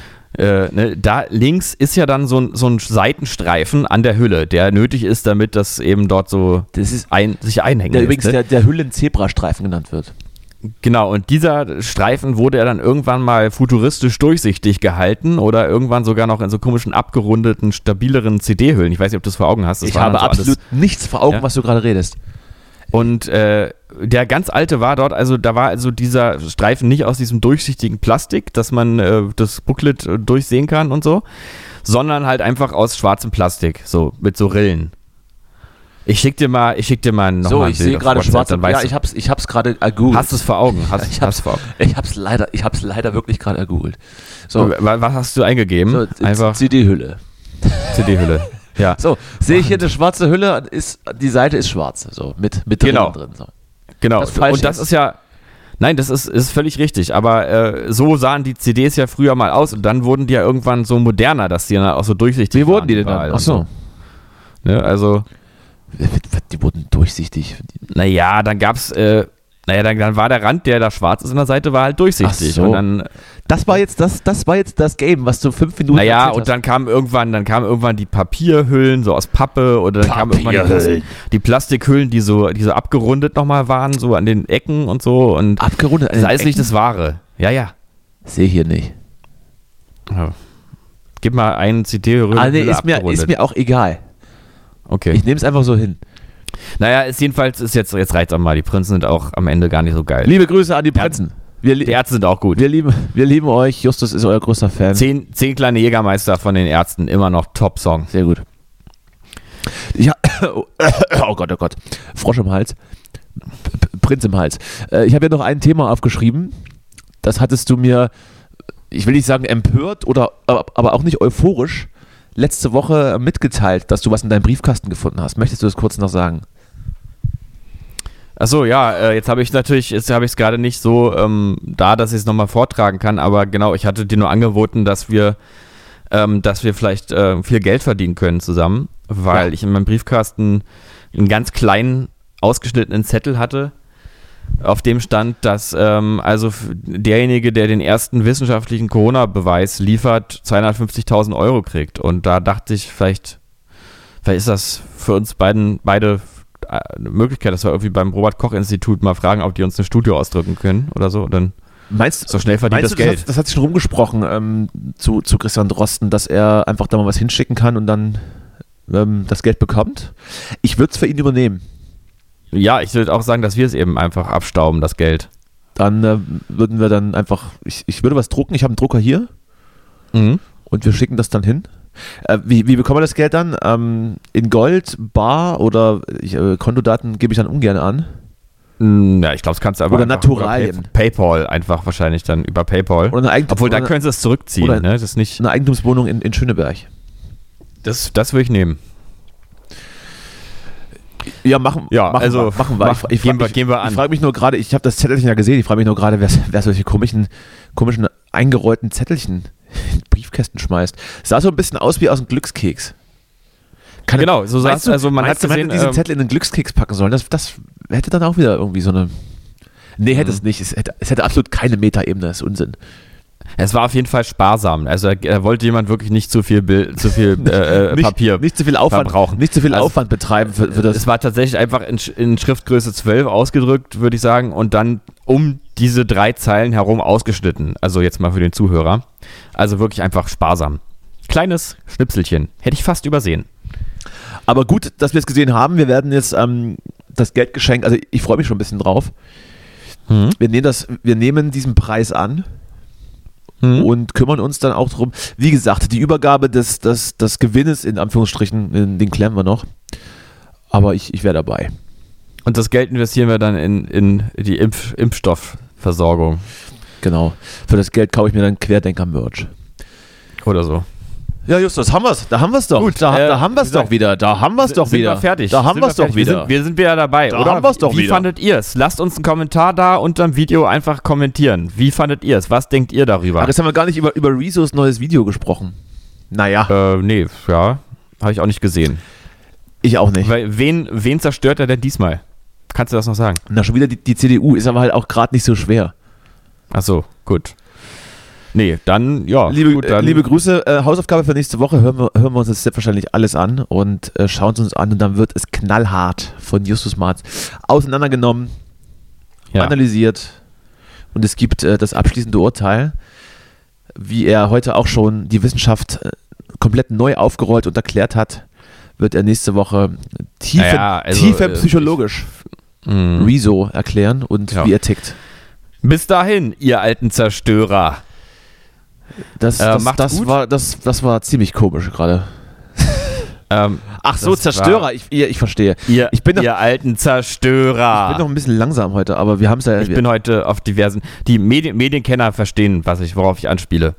da links ist ja dann so ein Seitenstreifen an der Hülle, der nötig ist, damit das eben dort so sich einhängt. Der übrigens der Hüllen-Zebrastreifen genannt wird. Genau, und dieser Streifen wurde ja dann irgendwann mal futuristisch durchsichtig gehalten oder irgendwann sogar noch in so komischen, abgerundeten, stabileren CD-Hüllen. Ich weiß nicht, ob du es vor Augen hast. Ich habe absolut nichts vor Augen, was du gerade redest. Und der ganz alte war dort, also da war also dieser Streifen nicht aus diesem durchsichtigen Plastik, dass man das Booklet durchsehen kann und so, sondern halt einfach aus schwarzem Plastik, so mit so Rillen. Ich schick dir mal noch mal ein Bild. Ich sehe gerade schwarz. Ja, ich hab's gerade ergoogelt. Hast du es vor Augen? Ich hab's leider wirklich gerade ergoogelt. So, was hast du eingegeben? So, einfach CD-Hülle. CD-Hülle. Ja. So, sehe ich hier eine schwarze Hülle, die Seite ist schwarz, so mit genau. drin. So. Genau. Und das ist ja, nein, das ist völlig richtig, aber so sahen die CDs ja früher mal aus und dann wurden die ja irgendwann so moderner, dass die dann auch so durchsichtig waren. Wie wurden die denn dann? Achso. Ne, also die wurden durchsichtig. Naja, dann gab's Naja, dann war der Rand, der da schwarz ist an der Seite, war halt durchsichtig. Ach so. Und dann, Das war jetzt das Game, was du 5 Minuten naja, erzählt und dann kamen irgendwann die Papierhüllen so aus Pappe oder dann kamen irgendwann die Plastikhüllen, die so abgerundet nochmal waren, so an den Ecken und so. Und abgerundet. das ist alles nicht das Wahre. Ja. Sehe hier nicht. Ja. Gib mal einen CD-Hülle Ist mir auch egal. Okay. Ich nehme es einfach so hin. Naja, jetzt reicht's auch mal. Die Prinzen sind auch am Ende gar nicht so geil. Liebe Grüße an die Prinzen. Die Ärzte sind auch gut. Wir lieben euch. Justus ist euer größter Fan. 10 kleine Jägermeister von den Ärzten, immer noch Top-Song. Sehr gut. Ja, oh Gott. Frosch im Hals. Prinz im Hals. Ich habe ja noch ein Thema aufgeschrieben. Das hattest du mir, ich will nicht sagen empört, aber auch nicht euphorisch, letzte Woche mitgeteilt, dass du was in deinem Briefkasten gefunden hast. Möchtest du das kurz noch sagen? Achso, ja, jetzt habe ich es gerade nicht so dass ich es nochmal vortragen kann, aber genau, ich hatte dir nur angeboten, dass wir vielleicht viel Geld verdienen können zusammen, weil ich in meinem Briefkasten einen ganz kleinen, ausgeschnittenen Zettel hatte, auf dem stand, dass derjenige, der den ersten wissenschaftlichen Corona-Beweis liefert, 250.000 Euro kriegt. Und da dachte ich, vielleicht ist das für uns beide eine Möglichkeit, dass wir irgendwie beim Robert-Koch-Institut mal fragen, ob die uns eine Studie ausdrücken können oder so. Und dann so schnell verdient das Geld. Das hat sich schon rumgesprochen zu Christian Drosten, dass er einfach da mal was hinschicken kann und dann das Geld bekommt. Ich würde es für ihn übernehmen. Ja, ich würde auch sagen, dass wir es eben einfach abstauben, das Geld. Dann würden wir dann einfach, ich würde was drucken, ich habe einen Drucker hier und wir schicken das dann hin. Wie bekommen wir das Geld dann? In Gold, bar oder Kontodaten gebe ich dann ungern an? Ja, ich glaube, das kannst du aber oder Naturalien. Über PayPal einfach wahrscheinlich dann über PayPal. Obwohl, da können sie es zurückziehen. Oder das ist nicht eine Eigentumswohnung in Schöneberg. Das würde ich nehmen. Ja, machen wir. Gehen wir an. Ich frage mich nur gerade, ich habe das Zettelchen ja gesehen, ich frage mich nur gerade, wer solche komischen eingerollten Zettelchen in Briefkästen schmeißt. Es sah so ein bisschen aus wie aus einem Glückskeks. Genau, so sah es. Also man hat gesehen, diesen Zettel in den Glückskeks packen sollen. Das hätte dann auch wieder irgendwie so eine... Nee, hätte es nicht. Es hätte absolut keine Metaebene, das ist Unsinn. Es war auf jeden Fall sparsam. Also er wollte jemand wirklich nicht zu viel Papier nicht zu viel Aufwand verbrauchen. Nicht zu viel Aufwand betreiben für das. Es war tatsächlich einfach in Schriftgröße 12 ausgedrückt, würde ich sagen, und dann um diese 3 Zeilen herum ausgeschnitten. Also jetzt mal für den Zuhörer. Also wirklich einfach sparsam. Kleines Schnipselchen. Hätte ich fast übersehen. Aber gut, dass wir es gesehen haben. Wir werden jetzt das Geld geschenkt. Also ich freue mich schon ein bisschen drauf. Wir nehmen diesen Preis an. Und kümmern uns dann auch darum, wie gesagt, die Übergabe des Gewinnes in Anführungsstrichen, den klären wir noch. Aber ich wäre dabei. Und das Geld investieren wir dann in die Impfstoffversorgung. Genau. Für das Geld kaufe ich mir dann Querdenker-Merch. Oder so. Ja, Justus, da haben wir es doch. Gut, da haben wir es doch wieder. Da haben wir es doch wieder. Sind wir fertig. Da haben wir es doch wieder. Wir sind wieder dabei. Da oder? haben wir es doch wieder. Wie fandet ihr es? Lasst uns einen Kommentar da unter dem Video einfach kommentieren. Wie fandet ihr es? Was denkt ihr darüber? Ach, jetzt haben wir gar nicht über Rezos neues Video gesprochen. Naja. Nee, ja. Habe ich auch nicht gesehen. Ich auch nicht. Weil wen zerstört er denn diesmal? Kannst du das noch sagen? Na, schon wieder die CDU. Ist aber halt auch gerade nicht so schwer. Ach so, gut. Nee, dann, ja. Liebe Grüße, Hausaufgabe für nächste Woche. Hören wir uns jetzt selbstverständlich alles an und schauen es uns an und dann wird es knallhart von Justus Marz auseinandergenommen, analysiert und es gibt das abschließende Urteil, wie er heute auch schon die Wissenschaft komplett neu aufgerollt und erklärt hat, wird er nächste Woche tiefenpsychologisch Rezo erklären und wie er tickt. Bis dahin, ihr alten Zerstörer. Das war ziemlich komisch gerade. Ach so, Zerstörer, ich verstehe. Ihr alten Zerstörer. Ich bin noch ein bisschen langsam heute, aber wir haben es ja... Ich bin heute auf diversen... Die Medienkenner verstehen, worauf ich anspiele.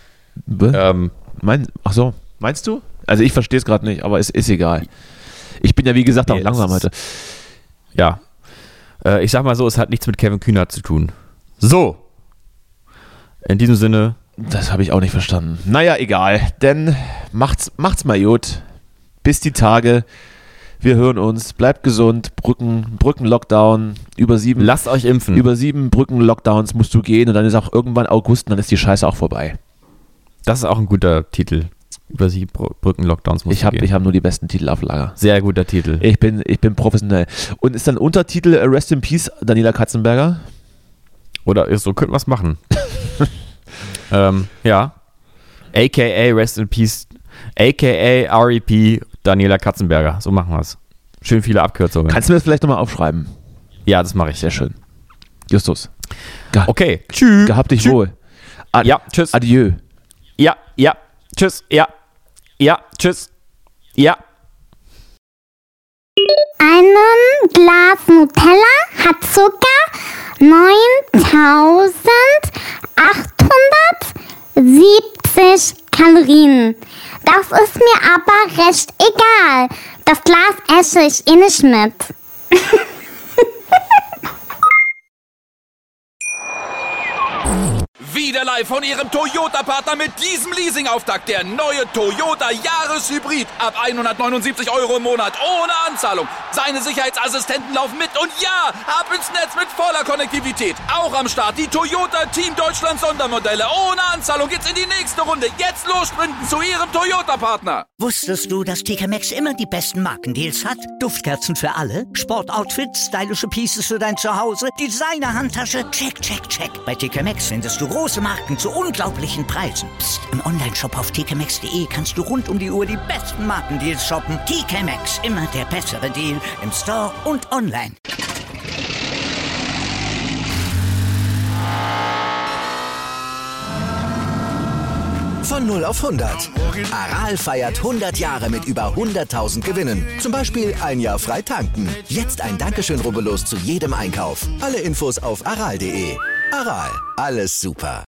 Ach so, meinst du? Also ich verstehe es gerade nicht, aber es ist egal. Ich bin ja wie gesagt auch langsam heute. Ja. Ich sag mal so, es hat nichts mit Kevin Kühnert zu tun. So. In diesem Sinne... Das habe ich auch nicht verstanden. Naja, egal. Denn macht's mal gut. Bis die Tage. Wir hören uns. Bleibt gesund. Brücken-Lockdown. Lasst euch impfen. Über 7 Brücken-Lockdowns musst du gehen und dann ist auch irgendwann August und dann ist die Scheiße auch vorbei. Das ist auch ein guter Titel. Über 7 Brücken-Lockdowns musst du gehen. Ich hab nur die besten Titel auf Lager. Sehr guter Titel. Ich bin professionell. Und ist dann Untertitel Rest in Peace Daniela Katzenberger? Oder so könnten wir es machen. Ja. AKA Rest in Peace. AKA REP Daniela Katzenberger. So machen wir es. Schön viele Abkürzungen. Kannst du mir das vielleicht nochmal aufschreiben? Ja, das mache ich. Sehr schön. Justus. Okay. Tschüss. Gehabt dich wohl. Ja, tschüss. Adieu. Ja. Tschüss. Ja. Tschüss. Ja. Ein Glas Nutella hat Zucker 9870 Kalorien. Das ist mir aber recht egal. Das Glas esse ich eh nicht mit. Wieder live von Ihrem Toyota-Partner mit diesem Leasing-Auftakt. Der neue Toyota Jahreshybrid. Ab 179 € im Monat. Ohne Anzahlung. Seine Sicherheitsassistenten laufen mit. Und ja, ab ins Netz mit voller Konnektivität. Auch am Start die Toyota Team Deutschland Sondermodelle. Ohne Anzahlung geht's in die nächste Runde. Jetzt los sprinten zu Ihrem Toyota-Partner. Wusstest du, dass TK Maxx immer die besten Markendeals hat? Duftkerzen für alle, Sportoutfits, stylische Pieces für dein Zuhause, Designer-Handtasche, check. Bei TK Maxx findest du große Marken zu unglaublichen Preisen. Psst. Im Onlineshop auf tkmaxx.de kannst du rund um die Uhr die besten Markendeals shoppen. TK Maxx, immer der bessere Deal im Store und online. Von 0 auf 100. Aral feiert 100 Jahre mit über 100.000 Gewinnen. Zum Beispiel ein Jahr frei tanken. Jetzt ein Dankeschön, rubbellos zu jedem Einkauf. Alle Infos auf aral.de. Aral, alles super.